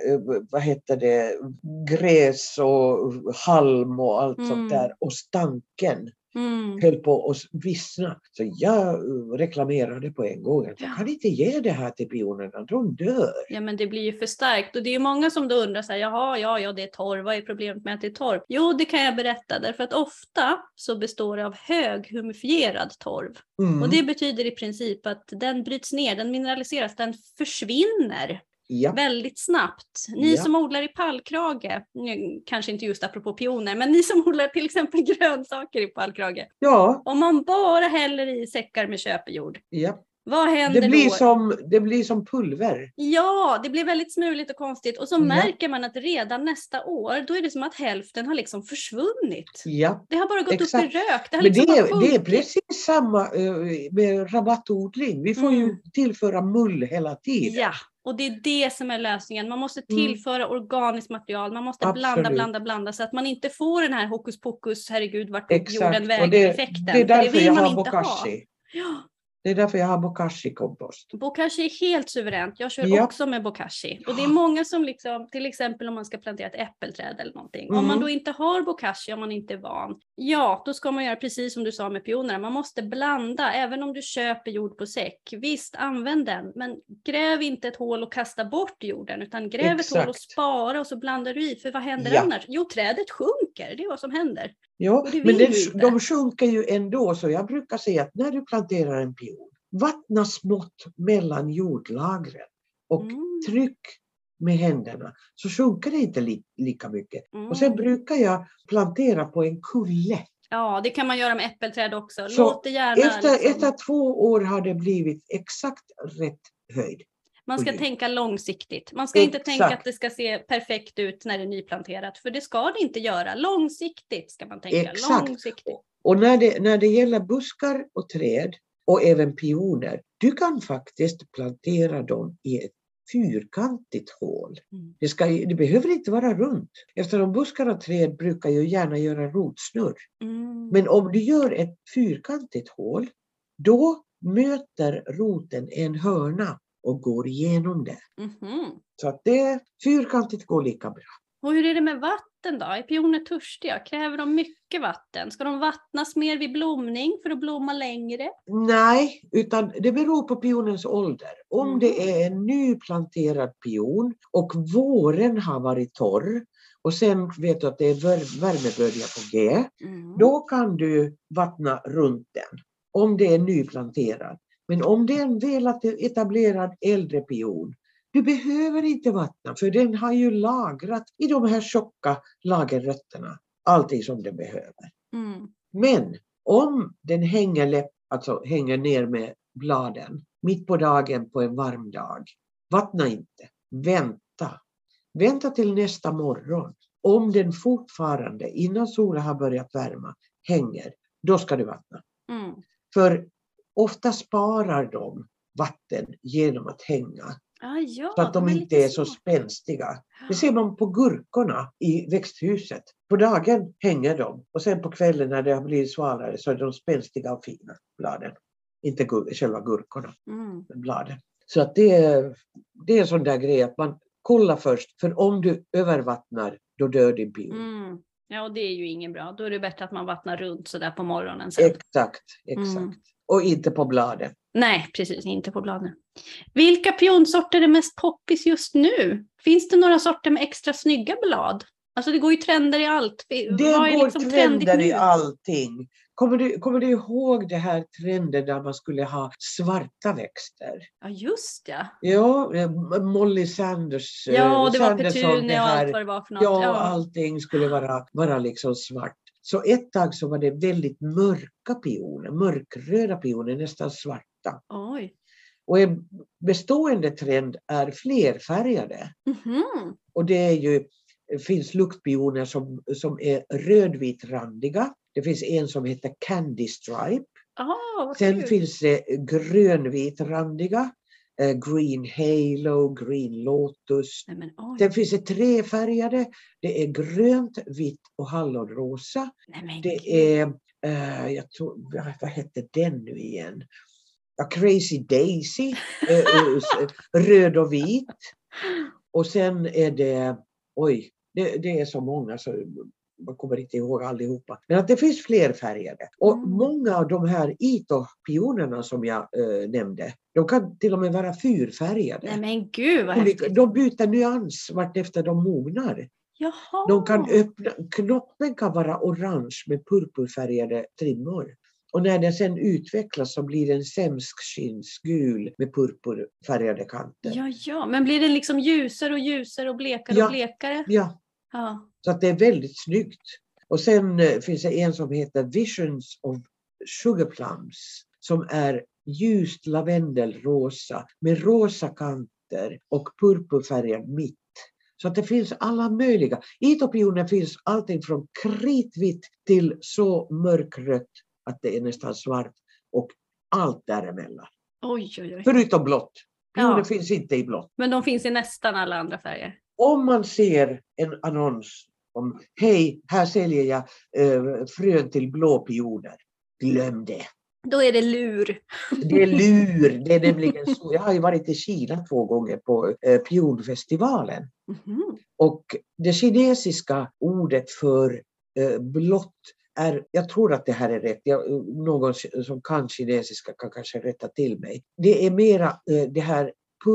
gräs och halm och allt sånt där. Och stanken höll på att vissna. Så jag reklamerade på en gång. Jag kan inte ge det här till pionerna, de dör. Ja, men det blir ju för starkt. Och det är ju många som då undrar så här, ja, det är torv. Vad är problemet med att det är torv? Jo, det kan jag berätta. Därför att ofta så består det av hög humifierad torv. Och det betyder i princip att den bryts ner, den mineraliseras, den försvinner. Väldigt snabbt. Ni som odlar i pallkrage, kanske inte just apropå pioner, men ni som odlar till exempel grönsaker i pallkrage. Om man bara häller i säckar med köpejord. Vad händer då? Det blir som pulver. Ja, det blir väldigt smuligt och konstigt. Och så märker man att redan nästa år, då är det som att hälften har liksom försvunnit. Det har bara gått upp i rök. Men det är precis samma med rabattodling. Vi får ju tillföra mull hela tiden. Ja. Och det är det som är lösningen. Man måste tillföra organiskt material. Man måste blanda så att man inte får den här hokus pokus, herregud, vart jorden väger effekten. Det är därför jag har bokashi. Det är därför jag har bokashi-kompost. Bokashi är helt suveränt. Jag kör också med bokashi. Och det är många som liksom, till exempel om man ska plantera ett äppelträd eller någonting. Om man då inte har bokashi, om man inte är van. Ja, då ska man göra precis som du sa med pionerna. Man måste blanda, även om du köper jord på säck. Visst, använd den. Men gräv inte ett hål och kasta bort jorden. Utan gräv ett hål och spara och så blandar du i. För vad händer annars? Jo, trädet sjunker. Det är vad som händer. Ja, men de sjunker ju ändå, så jag brukar säga att när du planterar en pion, vattna smått mellan jordlagren och tryck med händerna, så sjunker det inte lika mycket. Och sen brukar jag plantera på en kulle. Ja, det kan man göra med äppelträd också. Så låt det gärna, efter 2 år har det blivit exakt rätt höjd. Man ska tänka långsiktigt. Man ska inte tänka att det ska se perfekt ut när det är nyplanterat. För det ska det inte göra. Långsiktigt ska man tänka. Långsiktigt. Och när det gäller buskar och träd och även pioner. Du kan faktiskt plantera dem i ett fyrkantigt hål. Det behöver inte vara runt. Eftersom buskar och träd brukar ju gärna göra rotsnurr. Men om du gör ett fyrkantigt hål. Då möter roten en hörna och går igenom det. Så att det fyrkantigt går lika bra. Och hur är det med vatten då? Är pioner törstiga? Kräver de mycket vatten? Ska de vattnas mer vid blomning för att blomma längre? Nej, utan det beror på pionens ålder. Om det är en nyplanterad pion och våren har varit torr och sen vet du att det är värmebölja på G. Då kan du vattna runt den om det är nyplanterad. Men om det är en väl etablerad äldre pion, du behöver inte vattna för den har ju lagrat i de här tjocka lagerrötterna allting som den behöver. Men om den hänger ner med bladen mitt på dagen på en varm dag, vattna inte. Vänta till nästa morgon. Om den fortfarande innan solen har börjat värma hänger, då ska du vattna. För ofta sparar de vatten genom att hänga. Så att de inte är så spänstiga. Det ser man på gurkorna i växthuset. På dagen hänger de. Och sen på kvällen när det har blivit svalare så är de spänstiga och fina bladen. Inte själva gurkorna. Men bladen. Så att det är en sån där grej att man kollar först. För om du övervattnar då dör din pion. Ja, och det är ju ingen bra. Då är det bättre att man vattnar runt så där på morgonen sen. Exakt. Och inte på bladen. Nej, precis. Inte på bladen. Vilka pionsorter är mest poppis just nu? Finns det några sorter med extra snygga blad? Alltså det går ju trender i allt. Det går trender i allting. Kommer du ihåg det här trenden där man skulle ha svarta växter? Ja, just det. Ja, Molly Sanders. Ja, det var Sanderson, petunia och allt vad det var för något. Ja, allting skulle vara liksom svart. Så ett tag så var det väldigt mörka pioner, mörkröda pioner, nästan svarta. Oj. Och en bestående trend är flerfärgade. Och det finns luktpioner som är rödvitrandiga. Det finns en som heter Candy Stripe. Sen finns det grönvitrandiga. Green Halo, Green Lotus. Sen finns det trefärgade. Det är grönt, vitt och hallonrosa. Det är, jag tror, vad heter den nu igen? Crazy Daisy, röd och vit. Och sen är det, det är så många så man kommer inte ihåg allihopa. Men att det finns fler färgade. Och många av de här Ito-pionerna som jag nämnde, de kan till och med vara fyrfärgade. Nej men gud vad häftigt. De byter nyans vart efter de mognar. Jaha. De kan knoppen kan vara orange med purpurfärgade trimmor. Och när den sen utvecklas så blir den sämskskinsgul med purpurfärgade kanter. Ja, men blir den liksom ljusare och ljusare och blekare och blekare? Ja. Så att det är väldigt snyggt. Och sen finns det en som heter Visions of Sugar Plums som är ljust lavendelrosa med rosa kanter och purpurfärgad mitt. Så att det finns alla möjliga. Itopioner finns allting från kritvitt till så mörkrött att det är nästan svart och allt däremellan. Oj. Förutom blått. Pioner finns inte i blått. Men de finns i nästan alla andra färger. Om man ser en annons om hej, här säljer jag frön till blå pioner. Glöm det. Då är det lur. Det är lur. Det är nämligen så. Jag har ju varit i Kina 2 gånger på pionfestivalen. Och det kinesiska ordet för blått är, jag tror att det här är rätt. Någon som kan kinesiska kan kanske rätta till mig. Det är mera det här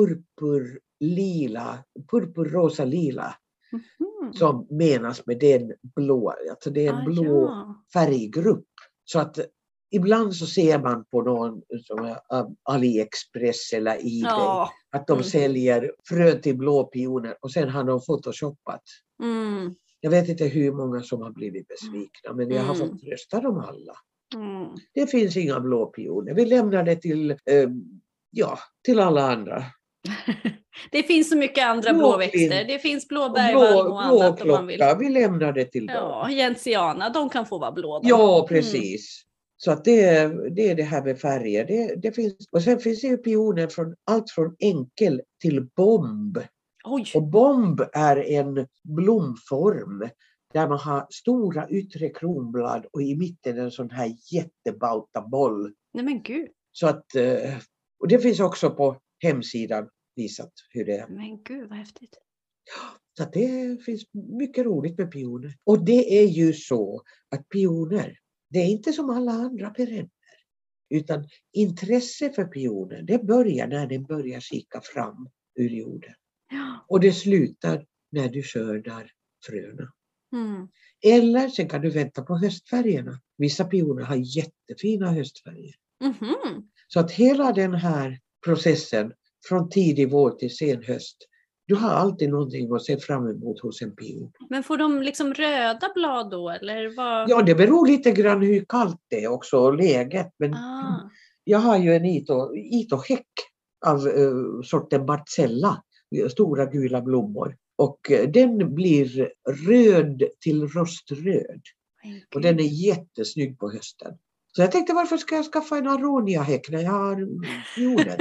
purpurrosa lila som menas med den blå. Alltså det är en blå färggrupp. Så att ibland så ser man på någon som AliExpress eller eBay att de säljer frön till blå pioner och sen har de photoshoppat. Jag vet inte hur många som har blivit besvikna men jag har fått rösta dem alla. Det finns inga blå pioner. Vi lämnar det till alla andra. Det finns så mycket andra blåväxter. Det finns blåbärvalm och annat om man vill. Vi lämnar det till dem. Ja, gentiana, de kan få vara blå. Ja, precis. Så att det är det här med färger. Det finns, och sen finns det ju pioner från allt från enkel till bomb. Och bomb är en blomform där man har stora yttre kronblad och i mitten en sån här jättebauta boll. Nej men gud. Så att, och det finns också på hemsidan visat hur det är. Men gud vad häftigt. Så att det finns mycket roligt med pioner. Och det är ju så att pioner, det är inte som alla andra perenner. Utan intresse för pioner, det börjar när den börjar kika fram ur jorden. Och det slutar när du skördar fröna. Mm. Eller sen kan du vänta på höstfärgerna. Vissa pioner har jättefina höstfärger. Mhm. Så att hela den här processen från tidig vår till sen höst, du har alltid någonting att se fram emot hos en pion. Men får de liksom röda blad då eller vad? Ja, det beror lite grann hur kallt det är också och läget. Men jag har ju en itohäck av sorten Marcella, stora gula blommor. Och den blir röd till roströd. Och den är jättesnygg på hösten. Så jag tänkte, varför ska jag skaffa en aroniahäck när jag har pioner?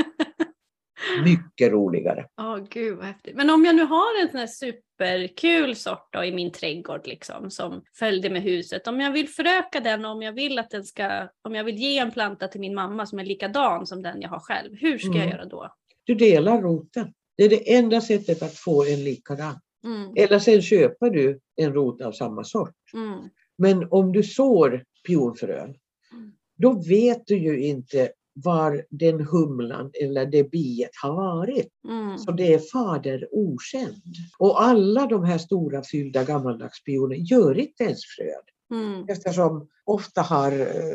Mycket roligare. Gud vad häftigt. Men om jag nu har en sån här superkul sort då i min trädgård liksom, som följde med huset. Om jag vill föröka den och om jag vill att om jag vill ge en planta till min mamma som är likadan som den jag har själv. Hur ska jag göra då? Du delar roten. Det är det enda sättet att få en likadan. Eller sen köper du en rot av samma sort. Men om du sår pionfrön, då vet du ju inte var den humlan eller det biet har varit. Så det är fader okänd. Och alla de här stora fyllda gammaldags pioner gör inte ens frön. Eftersom ofta har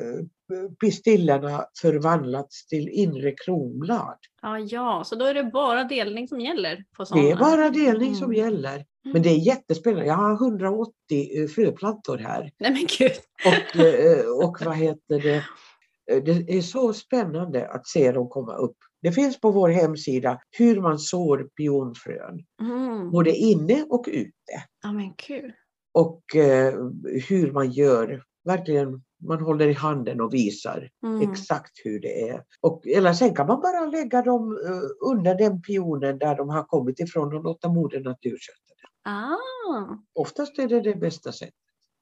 pistillerna förvandlats till inre kronblad. Ja, så då är det bara delning som gäller på sådana. Det är bara delning som gäller. Men det är jättespännande. Jag har 180 fröplantor här. Nej men gud. Och vad heter det? Det är så spännande att se dem komma upp. Det finns på vår hemsida hur man sår pionfrön. Både inne och ute. Ja men kul. Och hur man gör. Verkligen, man håller i handen och visar exakt hur det är. Eller sen kan man bara lägga dem under den pionen där de har kommit ifrån och låta moder natur sköta det. Oftast är det bästa sättet.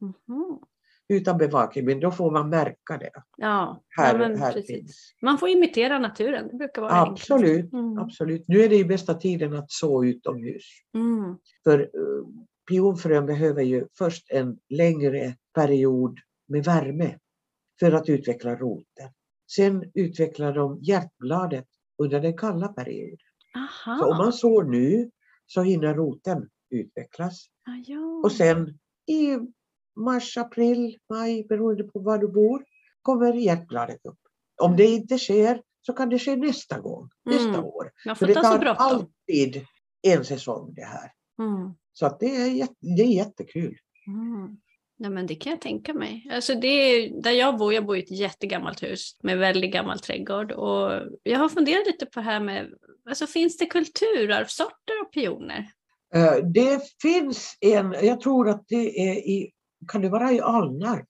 Utan bevakning, men då får man märka det. Ja, här precis. finns. Man får imitera naturen, det brukar vara absolut, absolut. Nu är det ju bästa tiden att så utomhus. För pionfrön behöver ju först en längre period med värme för att utveckla roten. Sen utvecklar de hjärtbladet under den kalla perioden. Så om man sår nu så hinner roten utvecklas. Och sen i mars, april, maj, beroende på var du bor, kommer hjärtbladet upp. Om det inte sker så kan det ske nästa gång, nästa år. För det tar alltid en säsong det här. Så att det är jättekul. Ja, men det kan jag tänka mig. Alltså där jag bor i ett jättegammalt hus med väldigt gammal trädgård. Och jag har funderat lite på det här med, alltså finns det kulturarvsorter av pioner? Det finns jag tror att det är kan det vara i Alnarp?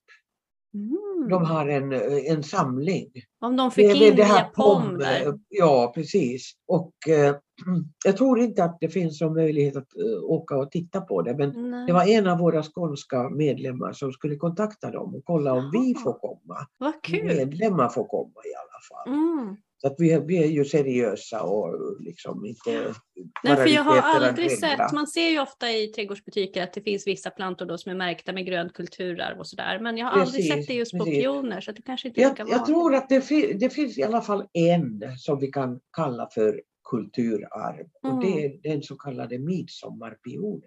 De har en samling. Om de fick in via POM där. Ja, precis. Och jag tror inte att det finns någon möjlighet att åka och titta på det. Men det var en av våra skånska medlemmar som skulle kontakta dem och kolla om vi får komma. Vad kul. Medlemmar får komma i alla fall. Så att vi är ju seriösa och liksom inte... Nej, för jag har aldrig sett, man ser ju ofta i trädgårdsbutiker att det finns vissa plantor då som är märkta med grönt kulturarv och sådär. Men jag har aldrig sett det just på pioner, så det kanske inte är lika vanligt. Jag tror att det finns i alla fall en som vi kan kalla för kulturarv. Och det är den så kallade midsommarpionen.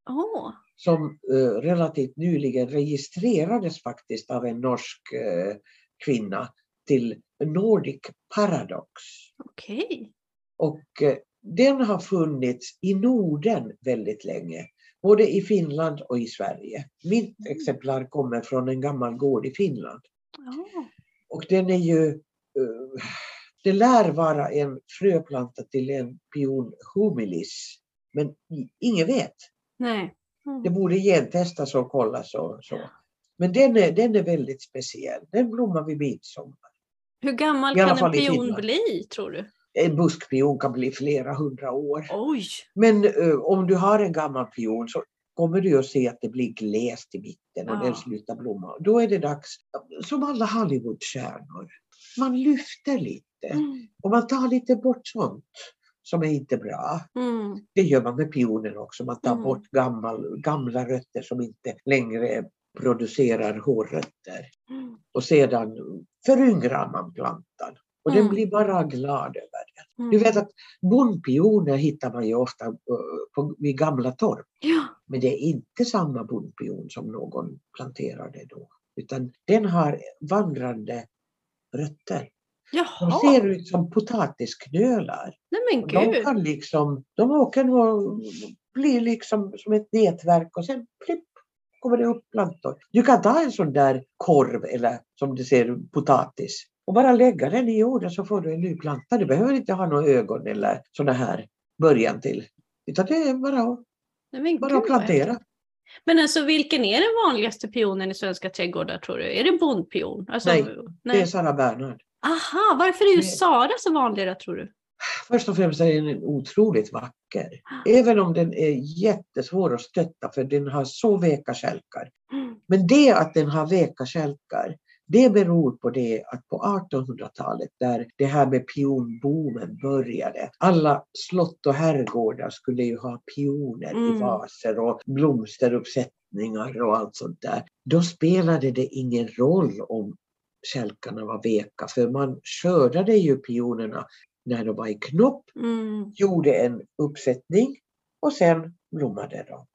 Som relativt nyligen registrerades faktiskt av en norsk kvinna till Nordic Paradox. Okej. Och den har funnits i Norden väldigt länge. Både i Finland och i Sverige. Mitt exemplar kommer från en gammal gård i Finland. Och den är ju... det lär vara en fröplanta till en pion humilis. Men ingen vet. Nej. Det borde gentestas och kollas och så. Men den är väldigt speciell. Den blommar vid midsommar. Hur gammal kan en pion bli, tror du? En buskpion kan bli flera 100 år. Oj! Men om du har en gammal pion så kommer du att se att det blir glest i mitten och den slutar blomma. Då är det dags, som alla Hollywoodstjärnor, man lyfter lite. Och man tar lite bort sånt som är inte bra. Det gör man med pionen också. Man tar bort gamla rötter som inte längre producerar hårrötter. Och sedan föryngrar man plantan. Och den blir bara glad över det. Du vet att bondpioner hittar man ju ofta vid gamla torp. Ja. Men det är inte samma bondpion som någon planterade då. Utan den har vandrande rötter. Jaha. De ser ut som potatisknölar. Nej men Och gud. de kan liksom, de åker och blir liksom som ett nätverk och sen plipp kommer det upp plantor. Du kan ta en sån där korv eller som du ser potatis och bara lägga den i jorden så får du en ny planta. Du behöver inte ha några ögon eller såna här början till. Utan det är bara att plantera. Men alltså vilken är den vanligaste pionen i svenska trädgårdar tror du? Är det bondpion? Alltså, nej, det är Sara Bernhard. Aha, varför är ju Sara så vanligare tror du? Först och främst är den otroligt vacker. Även om den är jättesvår att stötta för den har så veka kälkar. Men det att den har veka kälkar, det beror på det att på 1800-talet där det här med pionboomen började. Alla slott och herrgårdar skulle ju ha pioner i vaser och blomsteruppsättningar och allt sånt där. Då spelade det ingen roll om kälkarna var veka för man skördade ju pionerna när de var i knopp, gjorde en uppsättning och sen blommade de.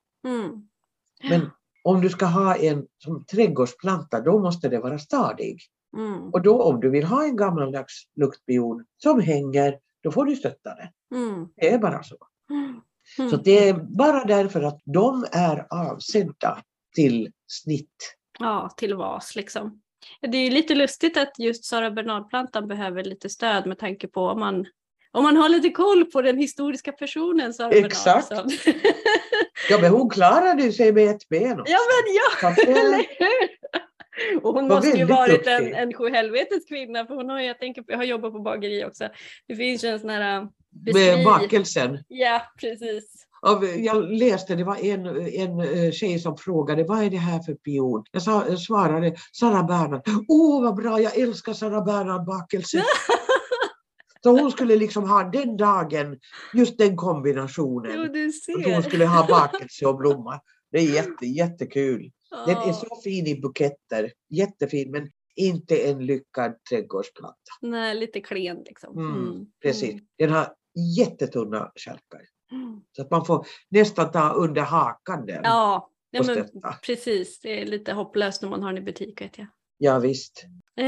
Men om du ska ha en som trädgårdsplanta då måste det vara stadig. Och då om du vill ha en gammaldags luktpion som hänger, då får du stötta det. Det är bara så. Så det är bara därför att de är avsedda till snitt. Ja, till vas liksom. Det är ju lite lustigt att just Sara Bernhard-plantan behöver lite stöd med tanke på om man har lite koll på den historiska personen Sara Bernhard. Exakt. Ja, men hon klarade sig med ett ben också. Ja, men ja, eller hur? Och hon måste ju varit en sjuhelvetets kvinna för hon har ju, jag har jobbat på bageri också. Det finns ju en sån här med bakelsen. Ja, precis. Jag läste, det var en tjej som frågade, vad är det här för pion? Jag svarade, Sara Bernhard. Vad bra, jag älskar Sara Bernhard bakelse. Så hon skulle liksom ha den dagen, just den kombinationen. Jo, du ser. Att hon skulle ha bakelse och blomma. Det är jättekul. Den är så fin i buketter, jättefin, men inte en lyckad trädgårdsplanta. Nej, lite klen liksom. Precis, den har jättetunna kälkar. Så att man får nästan ta under hakan där. Ja, men precis. Det är lite hopplöst när man har den i butik, vet jag. Ja, visst.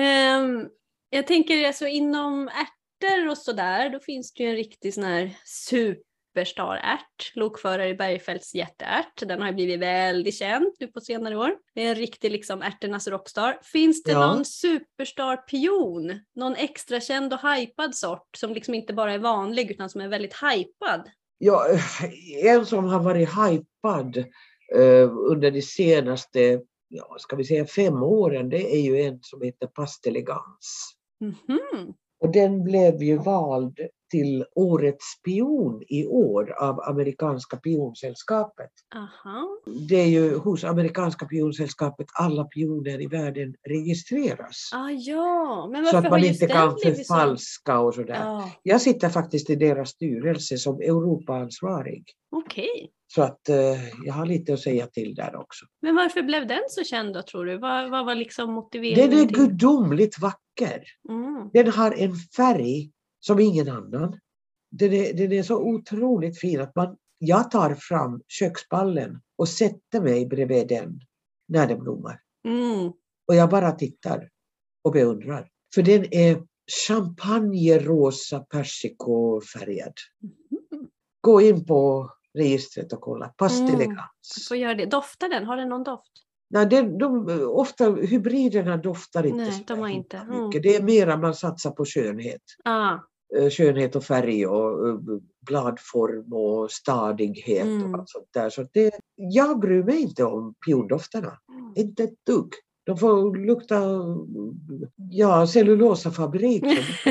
Jag tänker alltså inom ärtor och sådär, då finns det ju en riktig sån här superstar-ärt. Lokförare i Bergfeldts jätteärt. Den har ju blivit väldigt känd nu på senare år. Det är en riktig liksom ärternas rockstar. Finns det någon superstar-pion? Någon extra känd och hypad sort som liksom inte bara är vanlig utan som är väldigt hypad? Ja, en som har varit hypad under de senaste, ska vi säga 5 åren, det är ju en som heter Pastelegans. Och den blev ju vald till årets pion i år av amerikanska pionsällskapet. Det är ju hos amerikanska pionsällskapet alla pioner i världen registreras. Men så att man inte kan förfalska och sådär. Jag sitter faktiskt i deras styrelse som Europaansvarig. Okej. Så att jag har lite att säga till där också. Men varför blev den så känd då tror du? Vad var liksom motiveringen? Den är gudomligt vacker. Den har en färg som ingen annan. Den är så otroligt fin att jag tar fram kökspallen och sätter mig bredvid den när den blommar. Och jag bara tittar och beundrar. För den är champagnerosa persikofärgad. Gå in på registret och kolla. Pastelegans. Får göra det. Doftar den? Har den någon doft? Nej, ofta hybriderna doftar inte. Nej, de har inte. Mycket. Det är mera man satsar på skönhet. Skönhet och färg och bladform och stadighet och allt sånt där. Så jag bryr mig inte om piondofterna. Inte ett dugg. De får lukta cellulosafabrik.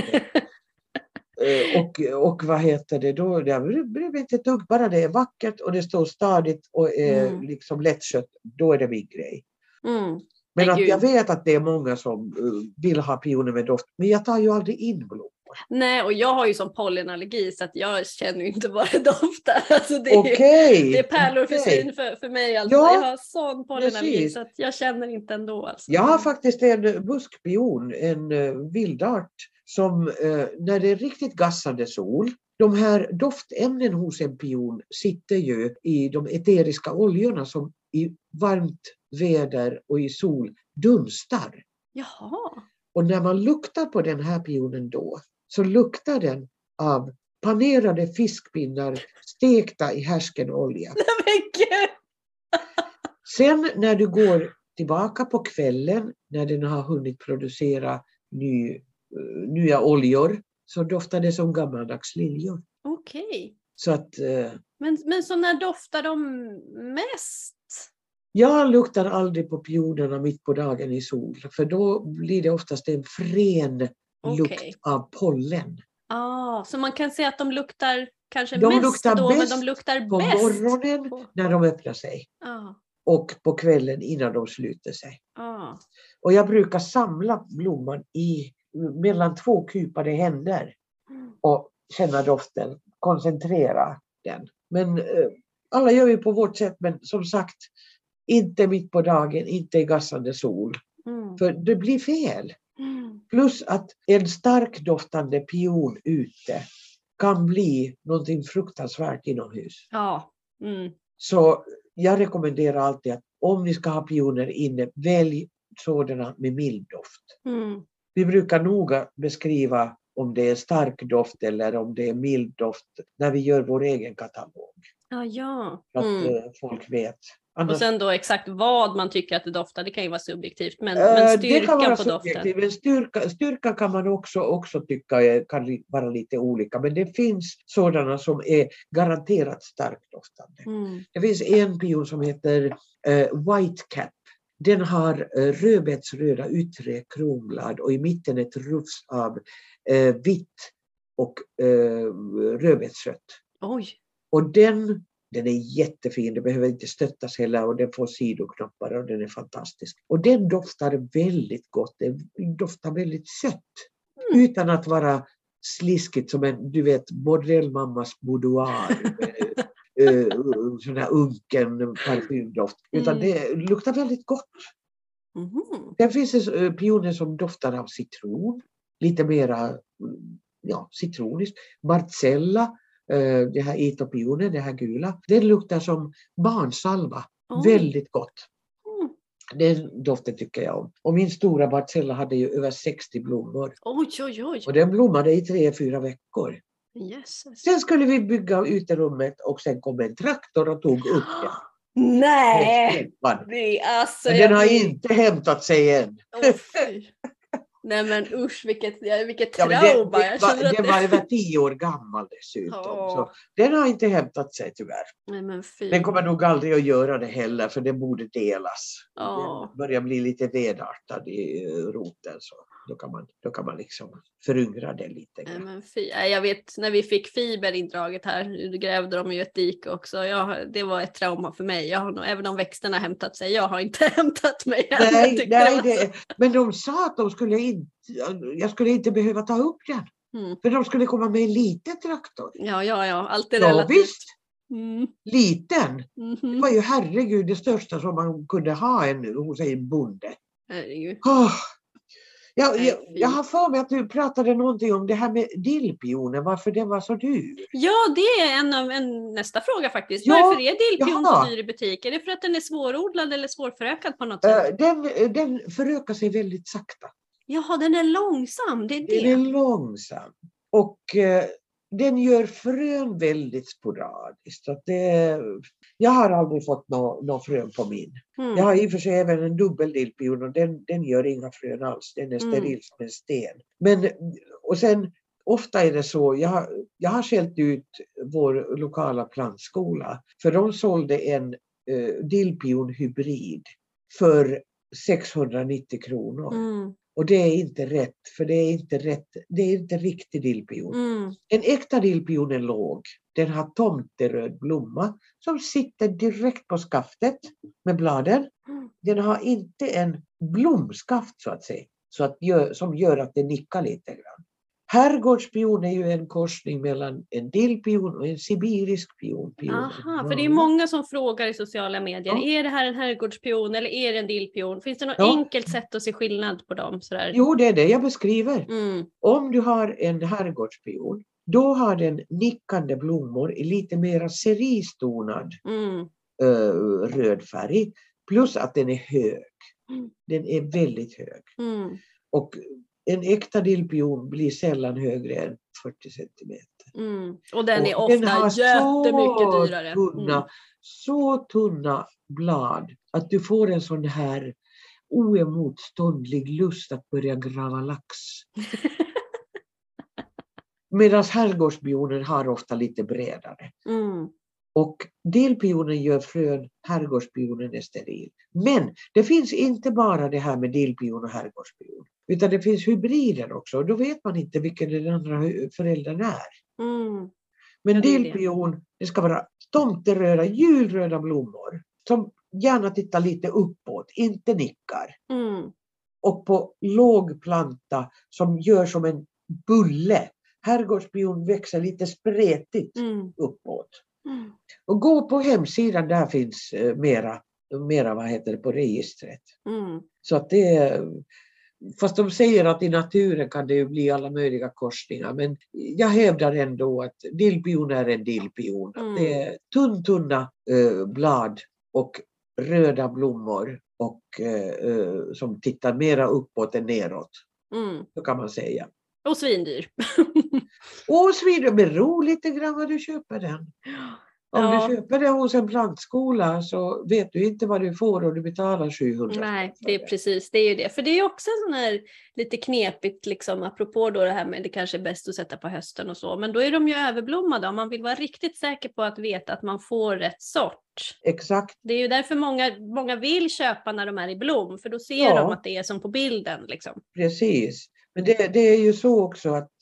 Och vad heter det då? Jag bryr mig inte ett dugg. Bara det är vackert och det står stadigt och är liksom lättkött. Då är det min grej. Men att jag vet att det är många som vill ha pioner med doft. Men jag tar ju aldrig in blommor. Nej, och jag har ju som pollenallergi så att jag känner ju inte bara doftar. Alltså det är pärlor för syn för mig. Alltså. Jag har sån pollenallergi så att jag känner inte ändå. Alltså. Jag har faktiskt en buskpion, en vildart som när det är riktigt gassande sol, de här doftämnen hos en pion sitter ju i de eteriska oljorna som i varmt väder och i sol dunstar. Jaha. Och när man luktar på den här pionen då, så luktar den av panerade fiskpinnar stekta i härskenolja. Sen när du går tillbaka på kvällen, när den har hunnit producera nya oljor, så doftar det som gammaldags liljor. Okej. Så att, men så när doftar de mest? jag luktar aldrig på pionerna mitt på dagen i sol. För då blir det oftast en frän lukt av pollen. Så man kan säga att de luktar kanske de mest luktar då, bäst men de luktar på bäst morgonen när de öppnar sig. Och på kvällen innan de sluter sig. Och jag brukar samla blomman mellan 2 kupade händer. Och känna doften, koncentrera den. Men alla gör vi på vårt sätt, men som sagt, inte mitt på dagen, inte i gassande sol. För det blir fel. Plus att en stark doftande pion ute kan bli någonting fruktansvärt inomhus. Så jag rekommenderar alltid att om ni ska ha pioner inne, välj sådana med mild doft. Vi brukar noga beskriva om det är stark doft eller om det är mild doft när vi gör vår egen katalog. Så att folk vet. Och sen då exakt vad man tycker att det doftar, det kan ju vara subjektivt. Men styrkan det kan vara på subjektivt, doften. Men styrka kan man också tycka kan vara lite olika. Men det finns sådana som är garanterat starkt doftande. Det finns en pion som heter White Cap. Den har rödbetsröda yttre kronblad och i mitten ett rufs av vitt och rödbetsrött. Och den är jättefin, det behöver inte stöttas heller och den får sidoknoppar och den är fantastisk. Och den doftar väldigt gott, den doftar väldigt sött. Utan att vara sliskigt som en, du vet, bordellmammas boudoir. Sån här unken parfymdoft. Utan det luktar väldigt gott. Sen finns det pioner som doftar av citron. Lite mera citroniskt. Marcella, det här etopionen, det här gula. Den luktar som barnsalva. Väldigt gott. Den doften tycker jag om. Och min stora Marcella hade ju över 60 blommor. Och den blommade i 3-4 veckor. Sen skulle vi bygga uterummet och sen kom en traktor och tog upp den. Nej! Den har inte hämtat sig än. Nej men usch, vilket trauma. Den var över 10 år gammal dessutom. Så den har inte hämtat sig tyvärr. Nej, men den kommer nog aldrig att göra det heller, för det borde delas. Den börjar bli lite vedartad i roten, så då kan man liksom föryngra det lite. Nej, men jag vet när vi fick fiber indraget här, grävde de ju ett dik också. Det var ett trauma för mig. Även om växterna hämtat sig, jag har inte hämtat mig än. Men de sa att jag skulle inte behöva ta upp den. För de skulle komma med en liten traktor. Ja, allt är relativt. Visst. Liten. Det var ju herregud det största som man kunde ha hos en bonde. Herregud. Jag har för mig att du pratade någonting om det här med dillpionen, varför den var så dyr. Ja, det är en nästa fråga faktiskt. Varför är dillpion så dyr i butik? Är det för att den är svårodlad eller svårförökad på något sätt? Den förökar sig väldigt sakta. Jaha, den är långsam, det är det. Den är långsam. Och den gör frön väldigt sporadiskt. Jag har aldrig fått någon frön på min. Jag har i och för sig även en dubbeldillpion och den gör inga frön alls. Den är steril som en sten. Och sen ofta är det så, jag har skällt ut vår lokala plantskola. För de sålde en dillpionhybrid för 690 kronor. Och det är inte rätt, för det är inte riktig dillpion. En äkta dillpion är låg. Den har tomteröd blomma som sitter direkt på skaftet med bladen. Den har inte en blomskaft så att säga, som gör att det nickar lite grann. Herrgårdspion är ju en korsning mellan en dillpion och en sibirisk pion. Aha, för det är många som frågar i sociala medier. Ja. Är det här en herrgårdspion eller är det en dillpion? Finns det något Ja. enkelt sätt att se skillnad på dem? Sådär? Jo, det är det jag beskriver. Mm. Om du har en herrgårdspion, då har den nickande blommor i lite mera ceristonad röd färg. Plus att den är hög. Den är väldigt hög. Mm. Och en äkta dillpion blir sällan högre än 40 centimeter. Mm. Och den är Och ofta den har jättemycket dyrare. Så tunna blad att du får en sån här oemotståndlig lust att börja grava lax. Medan herrgårdspionen har ofta lite bredare. Mm. Och dillpionen gör frön, herrgårdspionen är steril. Men det finns inte bara det här med dillpion och herrgårdspion. Utan det finns hybrider också. Och då vet man inte vilken den andra föräldern är. Mm. Men dillpion, det ska vara tomteröda, julröda blommor. Som gärna tittar lite uppåt, inte nickar. Mm. Och på låg planta som gör som en bulle. Herrgårdspion växer lite spretigt uppåt. Mm. Och gå på hemsidan, där finns mera vad heter det, på registret. Mm. Så att det är, fast de säger att i naturen kan det ju bli alla möjliga korsningar, men jag hävdar ändå att dillpion är en dillpion. Att det är tunna blad och röda blommor och som tittar mera uppåt än neråt. Så kan man säga. Och svindyr. Och svindyr, beror lite grann vad du köper den. Om du köper det hos en plantskola så vet du inte vad du får och du betalar 700. Nej, det är precis, det är ju det. För det är ju också sån här lite knepigt liksom, apropå då det här med det kanske är bäst att sätta på hösten och så. Men då är de ju överblommade om man vill vara riktigt säker på att veta att man får rätt sort. Exakt. Det är ju därför många vill köpa när de är i blom. För då ser de att det är som på bilden liksom. Precis. Men det är ju så också att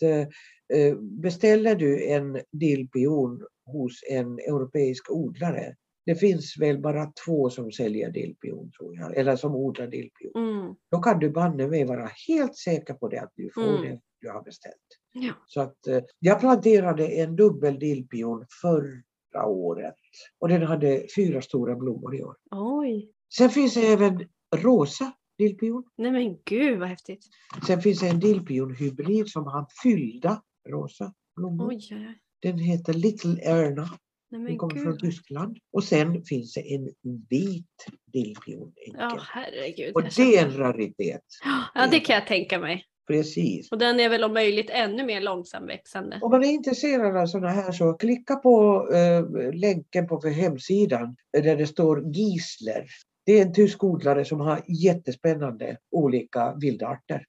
beställer du en dillpion hos en europeisk odlare. Det finns väl bara 2 som säljer dillpion tror jag. Eller som odlar dillpion. Då kan du banne mig vara helt säker på det att du får det du har beställt. Ja. Så att jag planterade en dubbel dillpion förra året. Och den hade 4 stora blommor i år. Oj. Sen finns det även rosa dillpion. Nej men gud vad häftigt. Sen finns det en dillpionhybrid som har fyllda rosa blommor. Oj. Den heter Little Erna. Den kommer från Tyskland. Och sen finns det en vit dillpion. Ja, herregud. Och det är en raritet. Ja, det kan jag tänka mig. Precis. Och den är väl om möjligt ännu mer långsamväxande. Om man är intresserad av sådana här så klicka på länken på hemsidan där det står Giesler. Det är en tysk odlare som har jättespännande olika vildarter.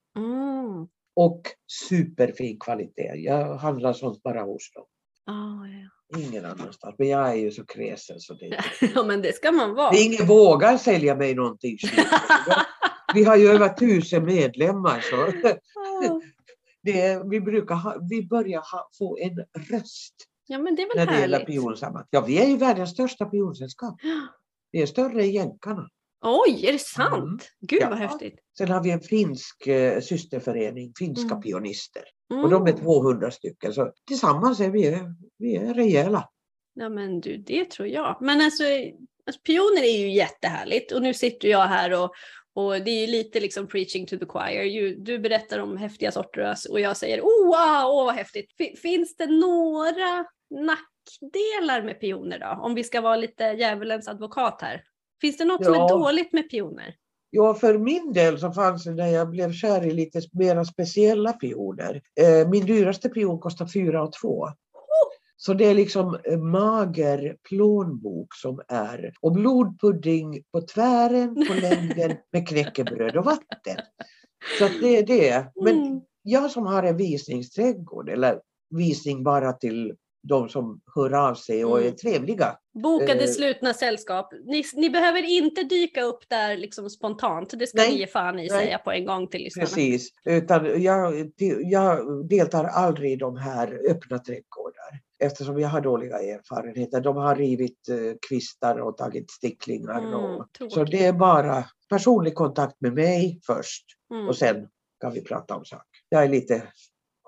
Och superfin kvalitet. Jag handlar sånt bara hos dem. Ingen annanstans. Men jag är ju så kräsen så det. Ja men det ska man vara. Ingen vågar sälja mig någonting. Vi har ju över 1000 medlemmar så. Vi börjar få en röst. Ja men det är väl när det härligt. gäller pionsammanhang. Ja, vi är ju världens största pionsällskap. Vi är större än jänkarna. Oj, är det sant? Gud vad häftigt. Sen har vi en finsk systerförening, finska pionister. Och de är 200 stycken. Så tillsammans är vi är rejäla. Ja men du, det tror jag. Men alltså pioner är ju jättehärligt. Och nu sitter jag här och det är ju lite liksom preaching to the choir. Du berättar om häftiga sorter och jag säger wow, vad häftigt. Finns det några nackdelar med pioner då? Om vi ska vara lite djävulens advokat här. Finns det något som är dåligt med pioner? Ja, för min del så fanns det när jag blev kär i lite mera speciella pioner. Min dyraste pion kostar 4 200. Så det är liksom mager plånbok som är. Och blodpudding på tvären, på längden med knäckebröd och vatten. Så att det är det. Men jag som har en visningsträdgård eller visning bara till de som hör av sig och är trevliga. Bokade slutna sällskap. Ni behöver inte dyka upp där liksom spontant. Det ska ni ge fan i säga på en gång till lyssnarna. Precis. Utan jag deltar aldrig i de här öppna trädgårdar. Eftersom jag har dåliga erfarenheter. De har rivit kvistar och tagit sticklingar. Så det är bara personlig kontakt med mig först. Och sen kan vi prata om saker. Jag är lite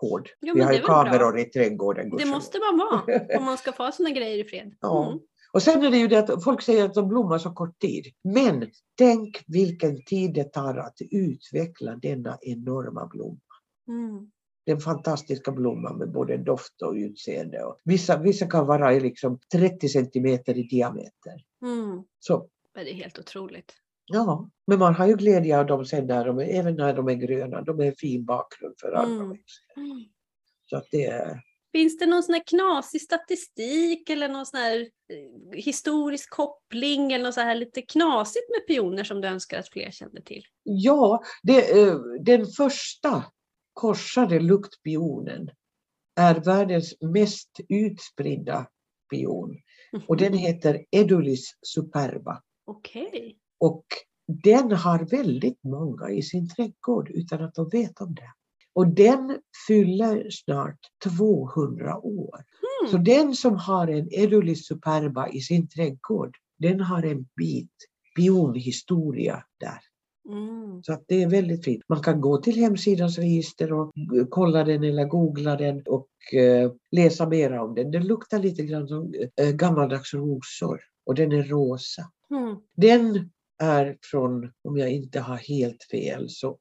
hård. Ja, vi men har det ju är väl kameror bra. i trädgården. Det måste man vara om man ska få såna grejer i fred. Ja. Och sen är det ju det att folk säger att de blommar så kort tid. Men tänk vilken tid det tar att utveckla denna enorma blomma. Den fantastiska blomman med både doft och utseende. Och vissa kan vara liksom 30 centimeter i diameter. Så. Det är helt otroligt. Ja, men man har ju glädje av dem sen även när de är gröna. De är en fin bakgrund för andra växter. Så att det är... Finns det någon sån här knasig statistik eller någon sån här historisk koppling eller något så här lite knasigt med pioner som du önskar att fler kände till? Ja, den första korsade luktpionen är världens mest utspridda pion. Och den heter Edulis superba. Okej. Och den har väldigt många i sin trädgård utan att de vet om det. Och den fyller snart 200 år. Så den som har en Edulis superba i sin trädgård, den har en bit pionhistoria där. Så att det är väldigt fint. Man kan gå till hemsidans register och kolla den eller googla den och läsa mer om den. Den luktar lite grann som gammaldags rosor och den är rosa. Den är från, om jag inte har helt fel, så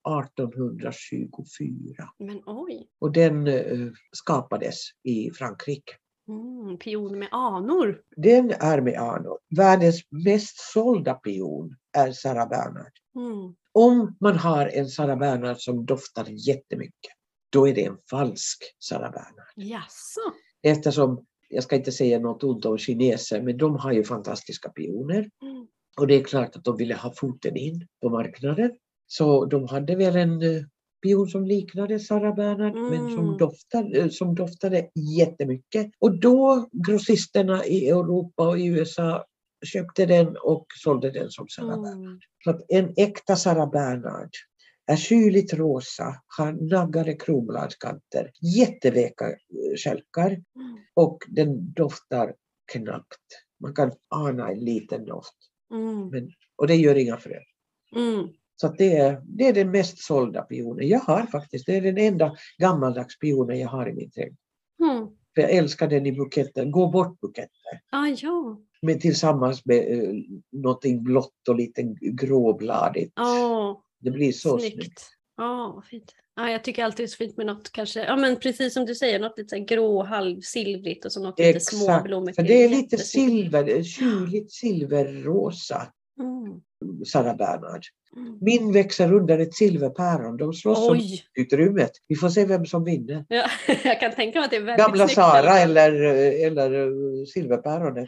1824. Men oj. Och den skapades i Frankrike. Pion med anor. Den är med anor. Världens mest sålda pion är Sarah Bernhardt. Om man har en Sarah Bernhardt som doftar jättemycket, då är det en falsk Sarah Bernhardt. Jaså. Eftersom, jag ska inte säga något ont om kineser, men de har ju fantastiska pioner. Och det är klart att de ville ha foten in på marknaden. Så de hade väl en pion som liknade Sarah Bernhardt men som doftade jättemycket. Och då grossisterna i Europa och i USA köpte den och sålde den som Sarah Bernhardt. Så att en äkta Sarah Bernhardt är kyligt rosa, har naggade kronbladskanter, jätteveka skälkar och den doftar knappt. Man kan ana en liten doft. Och det gör inga frön. Så att det är den mest sålda pionen. Jag har faktiskt, det är den enda gammaldags pionen jag har i min trädgård. För jag älskar den i buketten, gå bort buketter. Ja. Men tillsammans med någonting blått och lite gråbladigt. Det blir så snyggt. Vad fint. Ja, jag tycker alltid det är så fint med något kanske, ja men precis som du säger, något lite så här grå, halvsilvrigt och så något lite småblommigt. För det är lite silver, kyligt silverrosa Sarah Bernhardt. Min växer under ett silverpäron. De slåss om utrymmet. Vi får se vem som vinner. Ja, jag kan tänka mig att det är väldigt Gamla snyggt. Sara eller silverpäronet.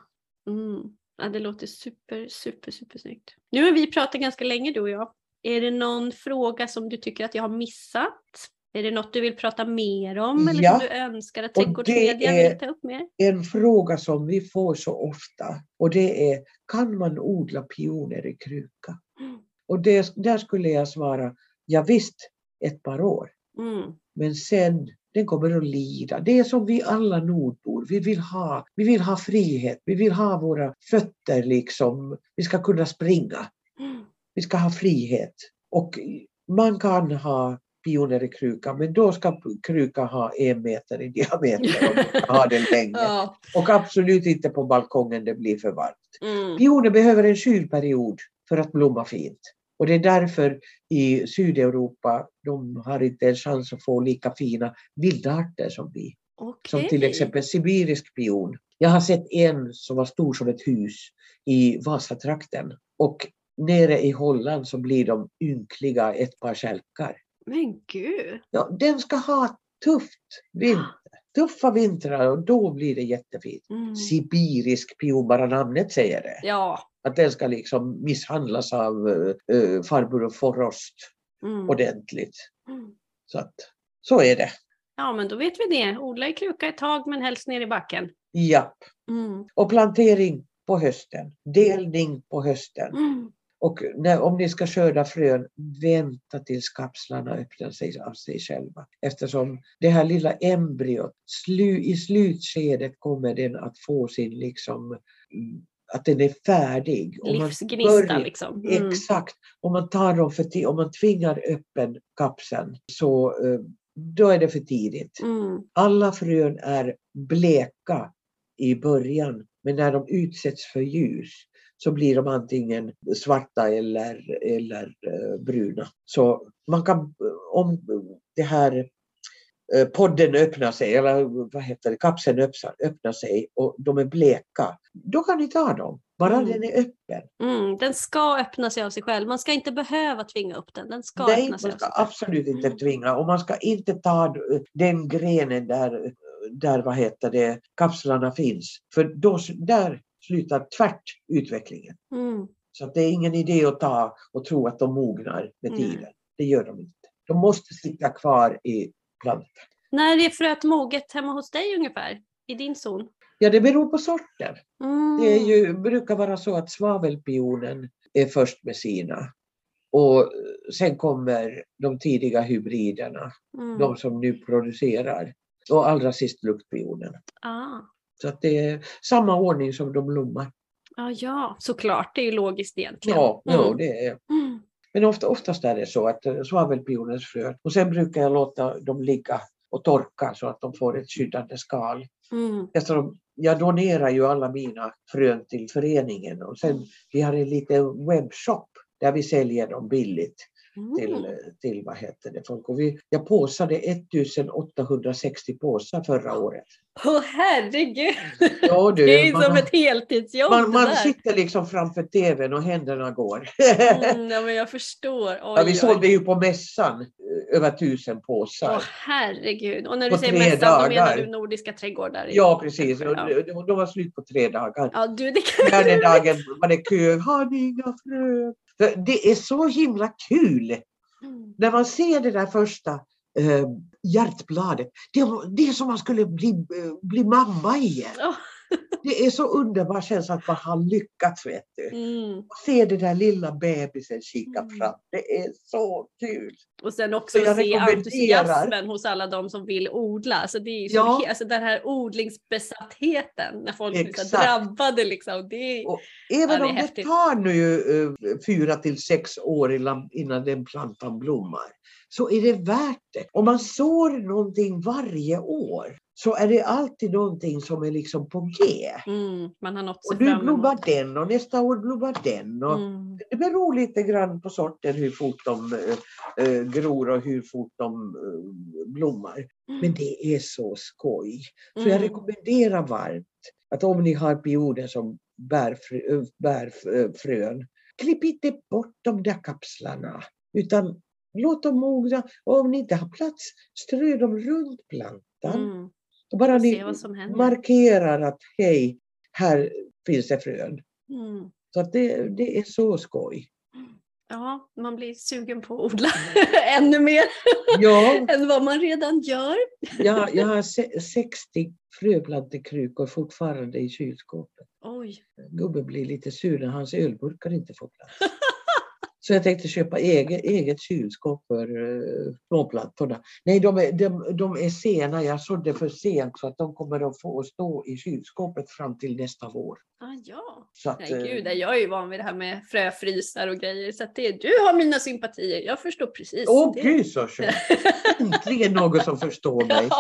Ja, det låter super snyggt. Nu har vi pratat ganska länge du och jag. Är det någon fråga som du tycker att jag har missat? Är det något du vill prata mer om? Eller som du önskar att trädgårdsmedia vill ta upp mer? En fråga som vi får så ofta. Och det är, kan man odla pioner i kruka? Och där skulle jag svara, ja visst, ett par år. Men sen, den kommer att lida. Det är som vi alla nordbor. Vi vill ha frihet. Vi vill ha våra fötter liksom. Vi ska kunna springa. Vi ska ha frihet. Och man kan ha pioner i kruka. Men då ska kruka ha 1 meter i diameter. Och ha den länge. Och absolut inte på balkongen, det blir för varmt. Pioner behöver en kylperiod för att blomma fint. Och det är därför i Sydeuropa de har inte en chans att få lika fina vildarter som vi. Som till exempel sibirisk pion. Jag har sett en som var stor som ett hus i Vasatrakten. Och nere i Holland så blir de ynkliga ett par kälkar. Men gud! Ja, den ska ha tuffa vintrar och då blir det jättefint. Sibirisk pion, bara namnet säger det. Ja. Att den ska liksom misshandlas av farbror och forost ordentligt. Så är det. Ja, men då vet vi det. Odla i kruka ett tag men helst ner i backen. Japp. Och plantering på hösten. Delning på hösten. Och om ni ska skörda frön, vänta tills kapslarna öppnar sig av sig själva. Eftersom det här lilla embryot, i slutskedet kommer den att få sin liksom, att den är färdig. Livsgnista liksom. Exakt. Om man tar dem om man tvingar öppen kapseln så då är det för tidigt. Alla frön är bleka i början, men när de utsätts för ljus så blir de antingen svarta eller bruna. Så man kan, om det här podden öppnar sig, eller vad heter det, kapseln öppnar sig och de är bleka, då kan ni ta dem. Bara den är öppen. Den ska öppna sig av sig själv. Man ska inte behöva tvinga upp den. Den ska Nej, öppna sig man ska av sig själv. absolut inte tvinga. Och man ska inte ta den grenen där vad heter det, kapslarna finns. För där slutar tvärt utvecklingen. Så att det är ingen idé att ta och tro att de mognar med tiden. Det gör de inte. De måste sitta kvar i plantan. När är fröet moget hemma hos dig ungefär? I din zon? Ja, det beror på sorten. Det brukar vara så att svavelpionen är först med sina. Och sen kommer de tidiga hybriderna. De som nu producerar. Och allra sist luktpionen. Så att det är samma ordning som de blommar. Ja, såklart. Det är ju logiskt egentligen. Ja, det är. Men oftast är det så att svavelpionens frön. Och sen brukar jag låta dem ligga och torka så att de får ett skyddande skal. Eftersom jag donerar ju alla mina frön till föreningen. Och sen vi har en liten webbshop där vi säljer dem billigt till vad heter det, folk. Och jag påsade 1860 påsar förra året. Herregud! Ja, det är som ett heltidsjobb. Man sitter liksom framför tvn och händerna går. Ja, men jag förstår. Ja, vi sålde ju på mässan över 1000 påsar. Herregud. Och när du på säger mässan, då menar du Nordiska trädgårdar? Ja, precis. De var slut på 3 dagar. Ja, det kan... Fjärde dagen var det kö. Har ni inga frön? Det är så himla kul. När man ser det där första hjärtbladet. Det är som man skulle bli mamma igen. Det är så underbart känns att man har lyckats, vet du. Se det där lilla bebisen kika fram. Det är så kul. Och sen också se entusiasmen hos alla de som vill odla. Så det är ju alltså den här odlingsbesattheten när folk är drabbade liksom. Även om det tar nu 4 till 6 år innan den plantan blommar, så är det värt det. Om man sår någonting varje år, så är det alltid någonting som är liksom på G. Man har nått sig och nu blommar den och nästa år blommar den. Och det beror lite grann på sorten hur fort de gror och hur fort de blommar. Men det är så skoj. Så jag rekommenderar varmt att om ni har pioner som bär frön, klipp inte bort de där kapslarna. Utan låt dem mogna. Och om ni inte har plats, strö dem runt plantan. Och bara ni markerar att hej, här finns det frön. Så att det är så skoj. Ja, man blir sugen på att odla ännu mer än vad man redan gör. Jag har 60 fröplantekrukor fortfarande i kylskåpet. Oj. Gubben blir lite sur när hans ölburkar inte får plats. Så jag tänkte köpa eget kylskåp för småplantorna. Nej, de är sena. Jag sådde för sent så att de kommer att få stå i kylskåpet fram till nästa vår. Så att, nej, gud, jag är ju van vid det här med fröfrysar och grejer. Så att du har mina sympatier. Jag förstår precis. Gud så skönt. Äntligen någon som förstår mig.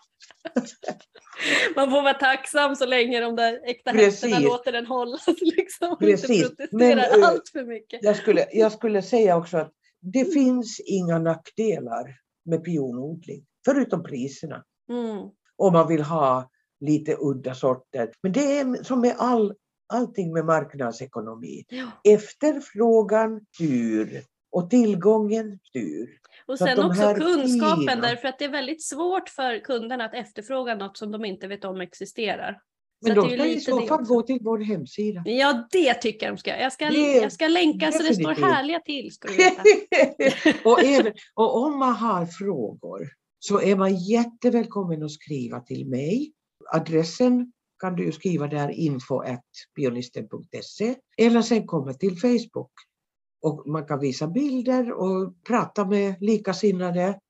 Man får vara tacksam så länge de där äkta hästarna låter den hållas liksom. Precis. Inte protesterar allt för mycket. Jag skulle säga också att det finns inga nackdelar med pionodling. Förutom priserna. Om man vill ha lite udda sorter. Men det är som med allting med marknadsekonomi. Efterfrågan styr och tillgången styr. Och sen också kunskapen, därför att det är väldigt svårt för kunderna att efterfråga något som de inte vet om existerar. Men då ska i så fall gå till vår hemsida. Ja, det tycker jag de ska. Jag ska länka definitivt. Så det står härliga till. Ska du och om man har frågor så är man jättevälkommen att skriva till mig. Adressen kan du skriva där info@pionisten.se eller sen komma till Facebook. Och man kan visa bilder och prata med likasinnade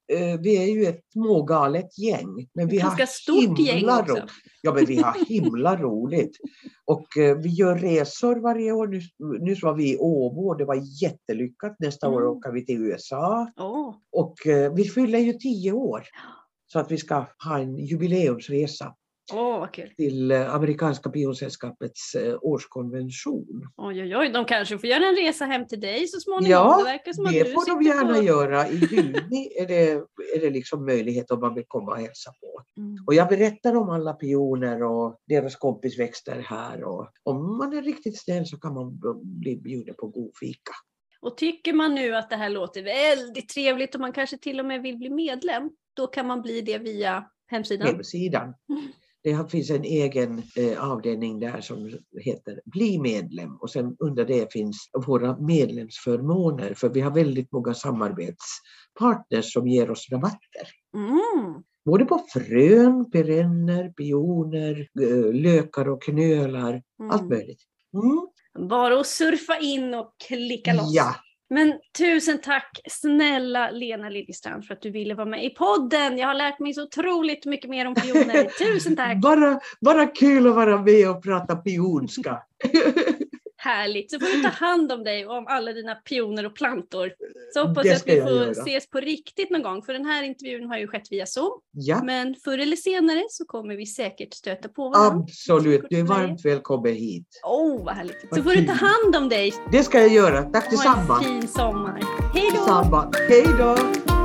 vi är ju ett smågalet gäng. Men vi ganska har stort gäng också. Ja, men vi har himla roligt. Och vi gör resor varje år. Nyss var vi i Åbo. Det var jättelyckat. Nästa år åker vi till USA. Och vi fyller ju 10 år. Så att vi ska ha en jubileumsresa. Vad kul. Till amerikanska pionsällskapets årskonvention. Oj, de kanske får göra en resa hem till dig så småningom. Ja, det får de gärna göra. I juni är det liksom möjlighet om man vill komma och hälsa på. Och jag berättar om alla pioner och deras kompisväxter här. Och om man är riktigt snäll så kan man bli bjuden på god fika. Och tycker man nu att det här låter väldigt trevligt och man kanske till och med vill bli medlem, då kan man bli det via hemsidan. Det finns en egen avdelning där som heter Bli medlem. Och sen under det finns våra medlemsförmåner. För vi har väldigt många samarbetspartners som ger oss rabatter. Både på frön, perenner, pioner, lökar och knölar. Allt möjligt. Bara att surfa in och klicka loss. Ja. Men tusen tack snälla Lena Liljestrand för att du ville vara med i podden. Jag har lärt mig så otroligt mycket mer om pioner. Tusen tack! Bara kul att vara med och prata pionska. Härligt, så får du ta hand om dig och om alla dina pioner och plantor. Så hoppas jag att vi får ses på riktigt någon gång. För den här intervjun har ju skett via Zoom. Ja. Men förr eller senare så kommer vi säkert stöta på varandra. Absolut, du är varmt välkommen hit. Vad härligt. Så får du ta hand om dig. Det ska jag göra, tack detsamma. Ha en fin sommar. Hej då! Hej då!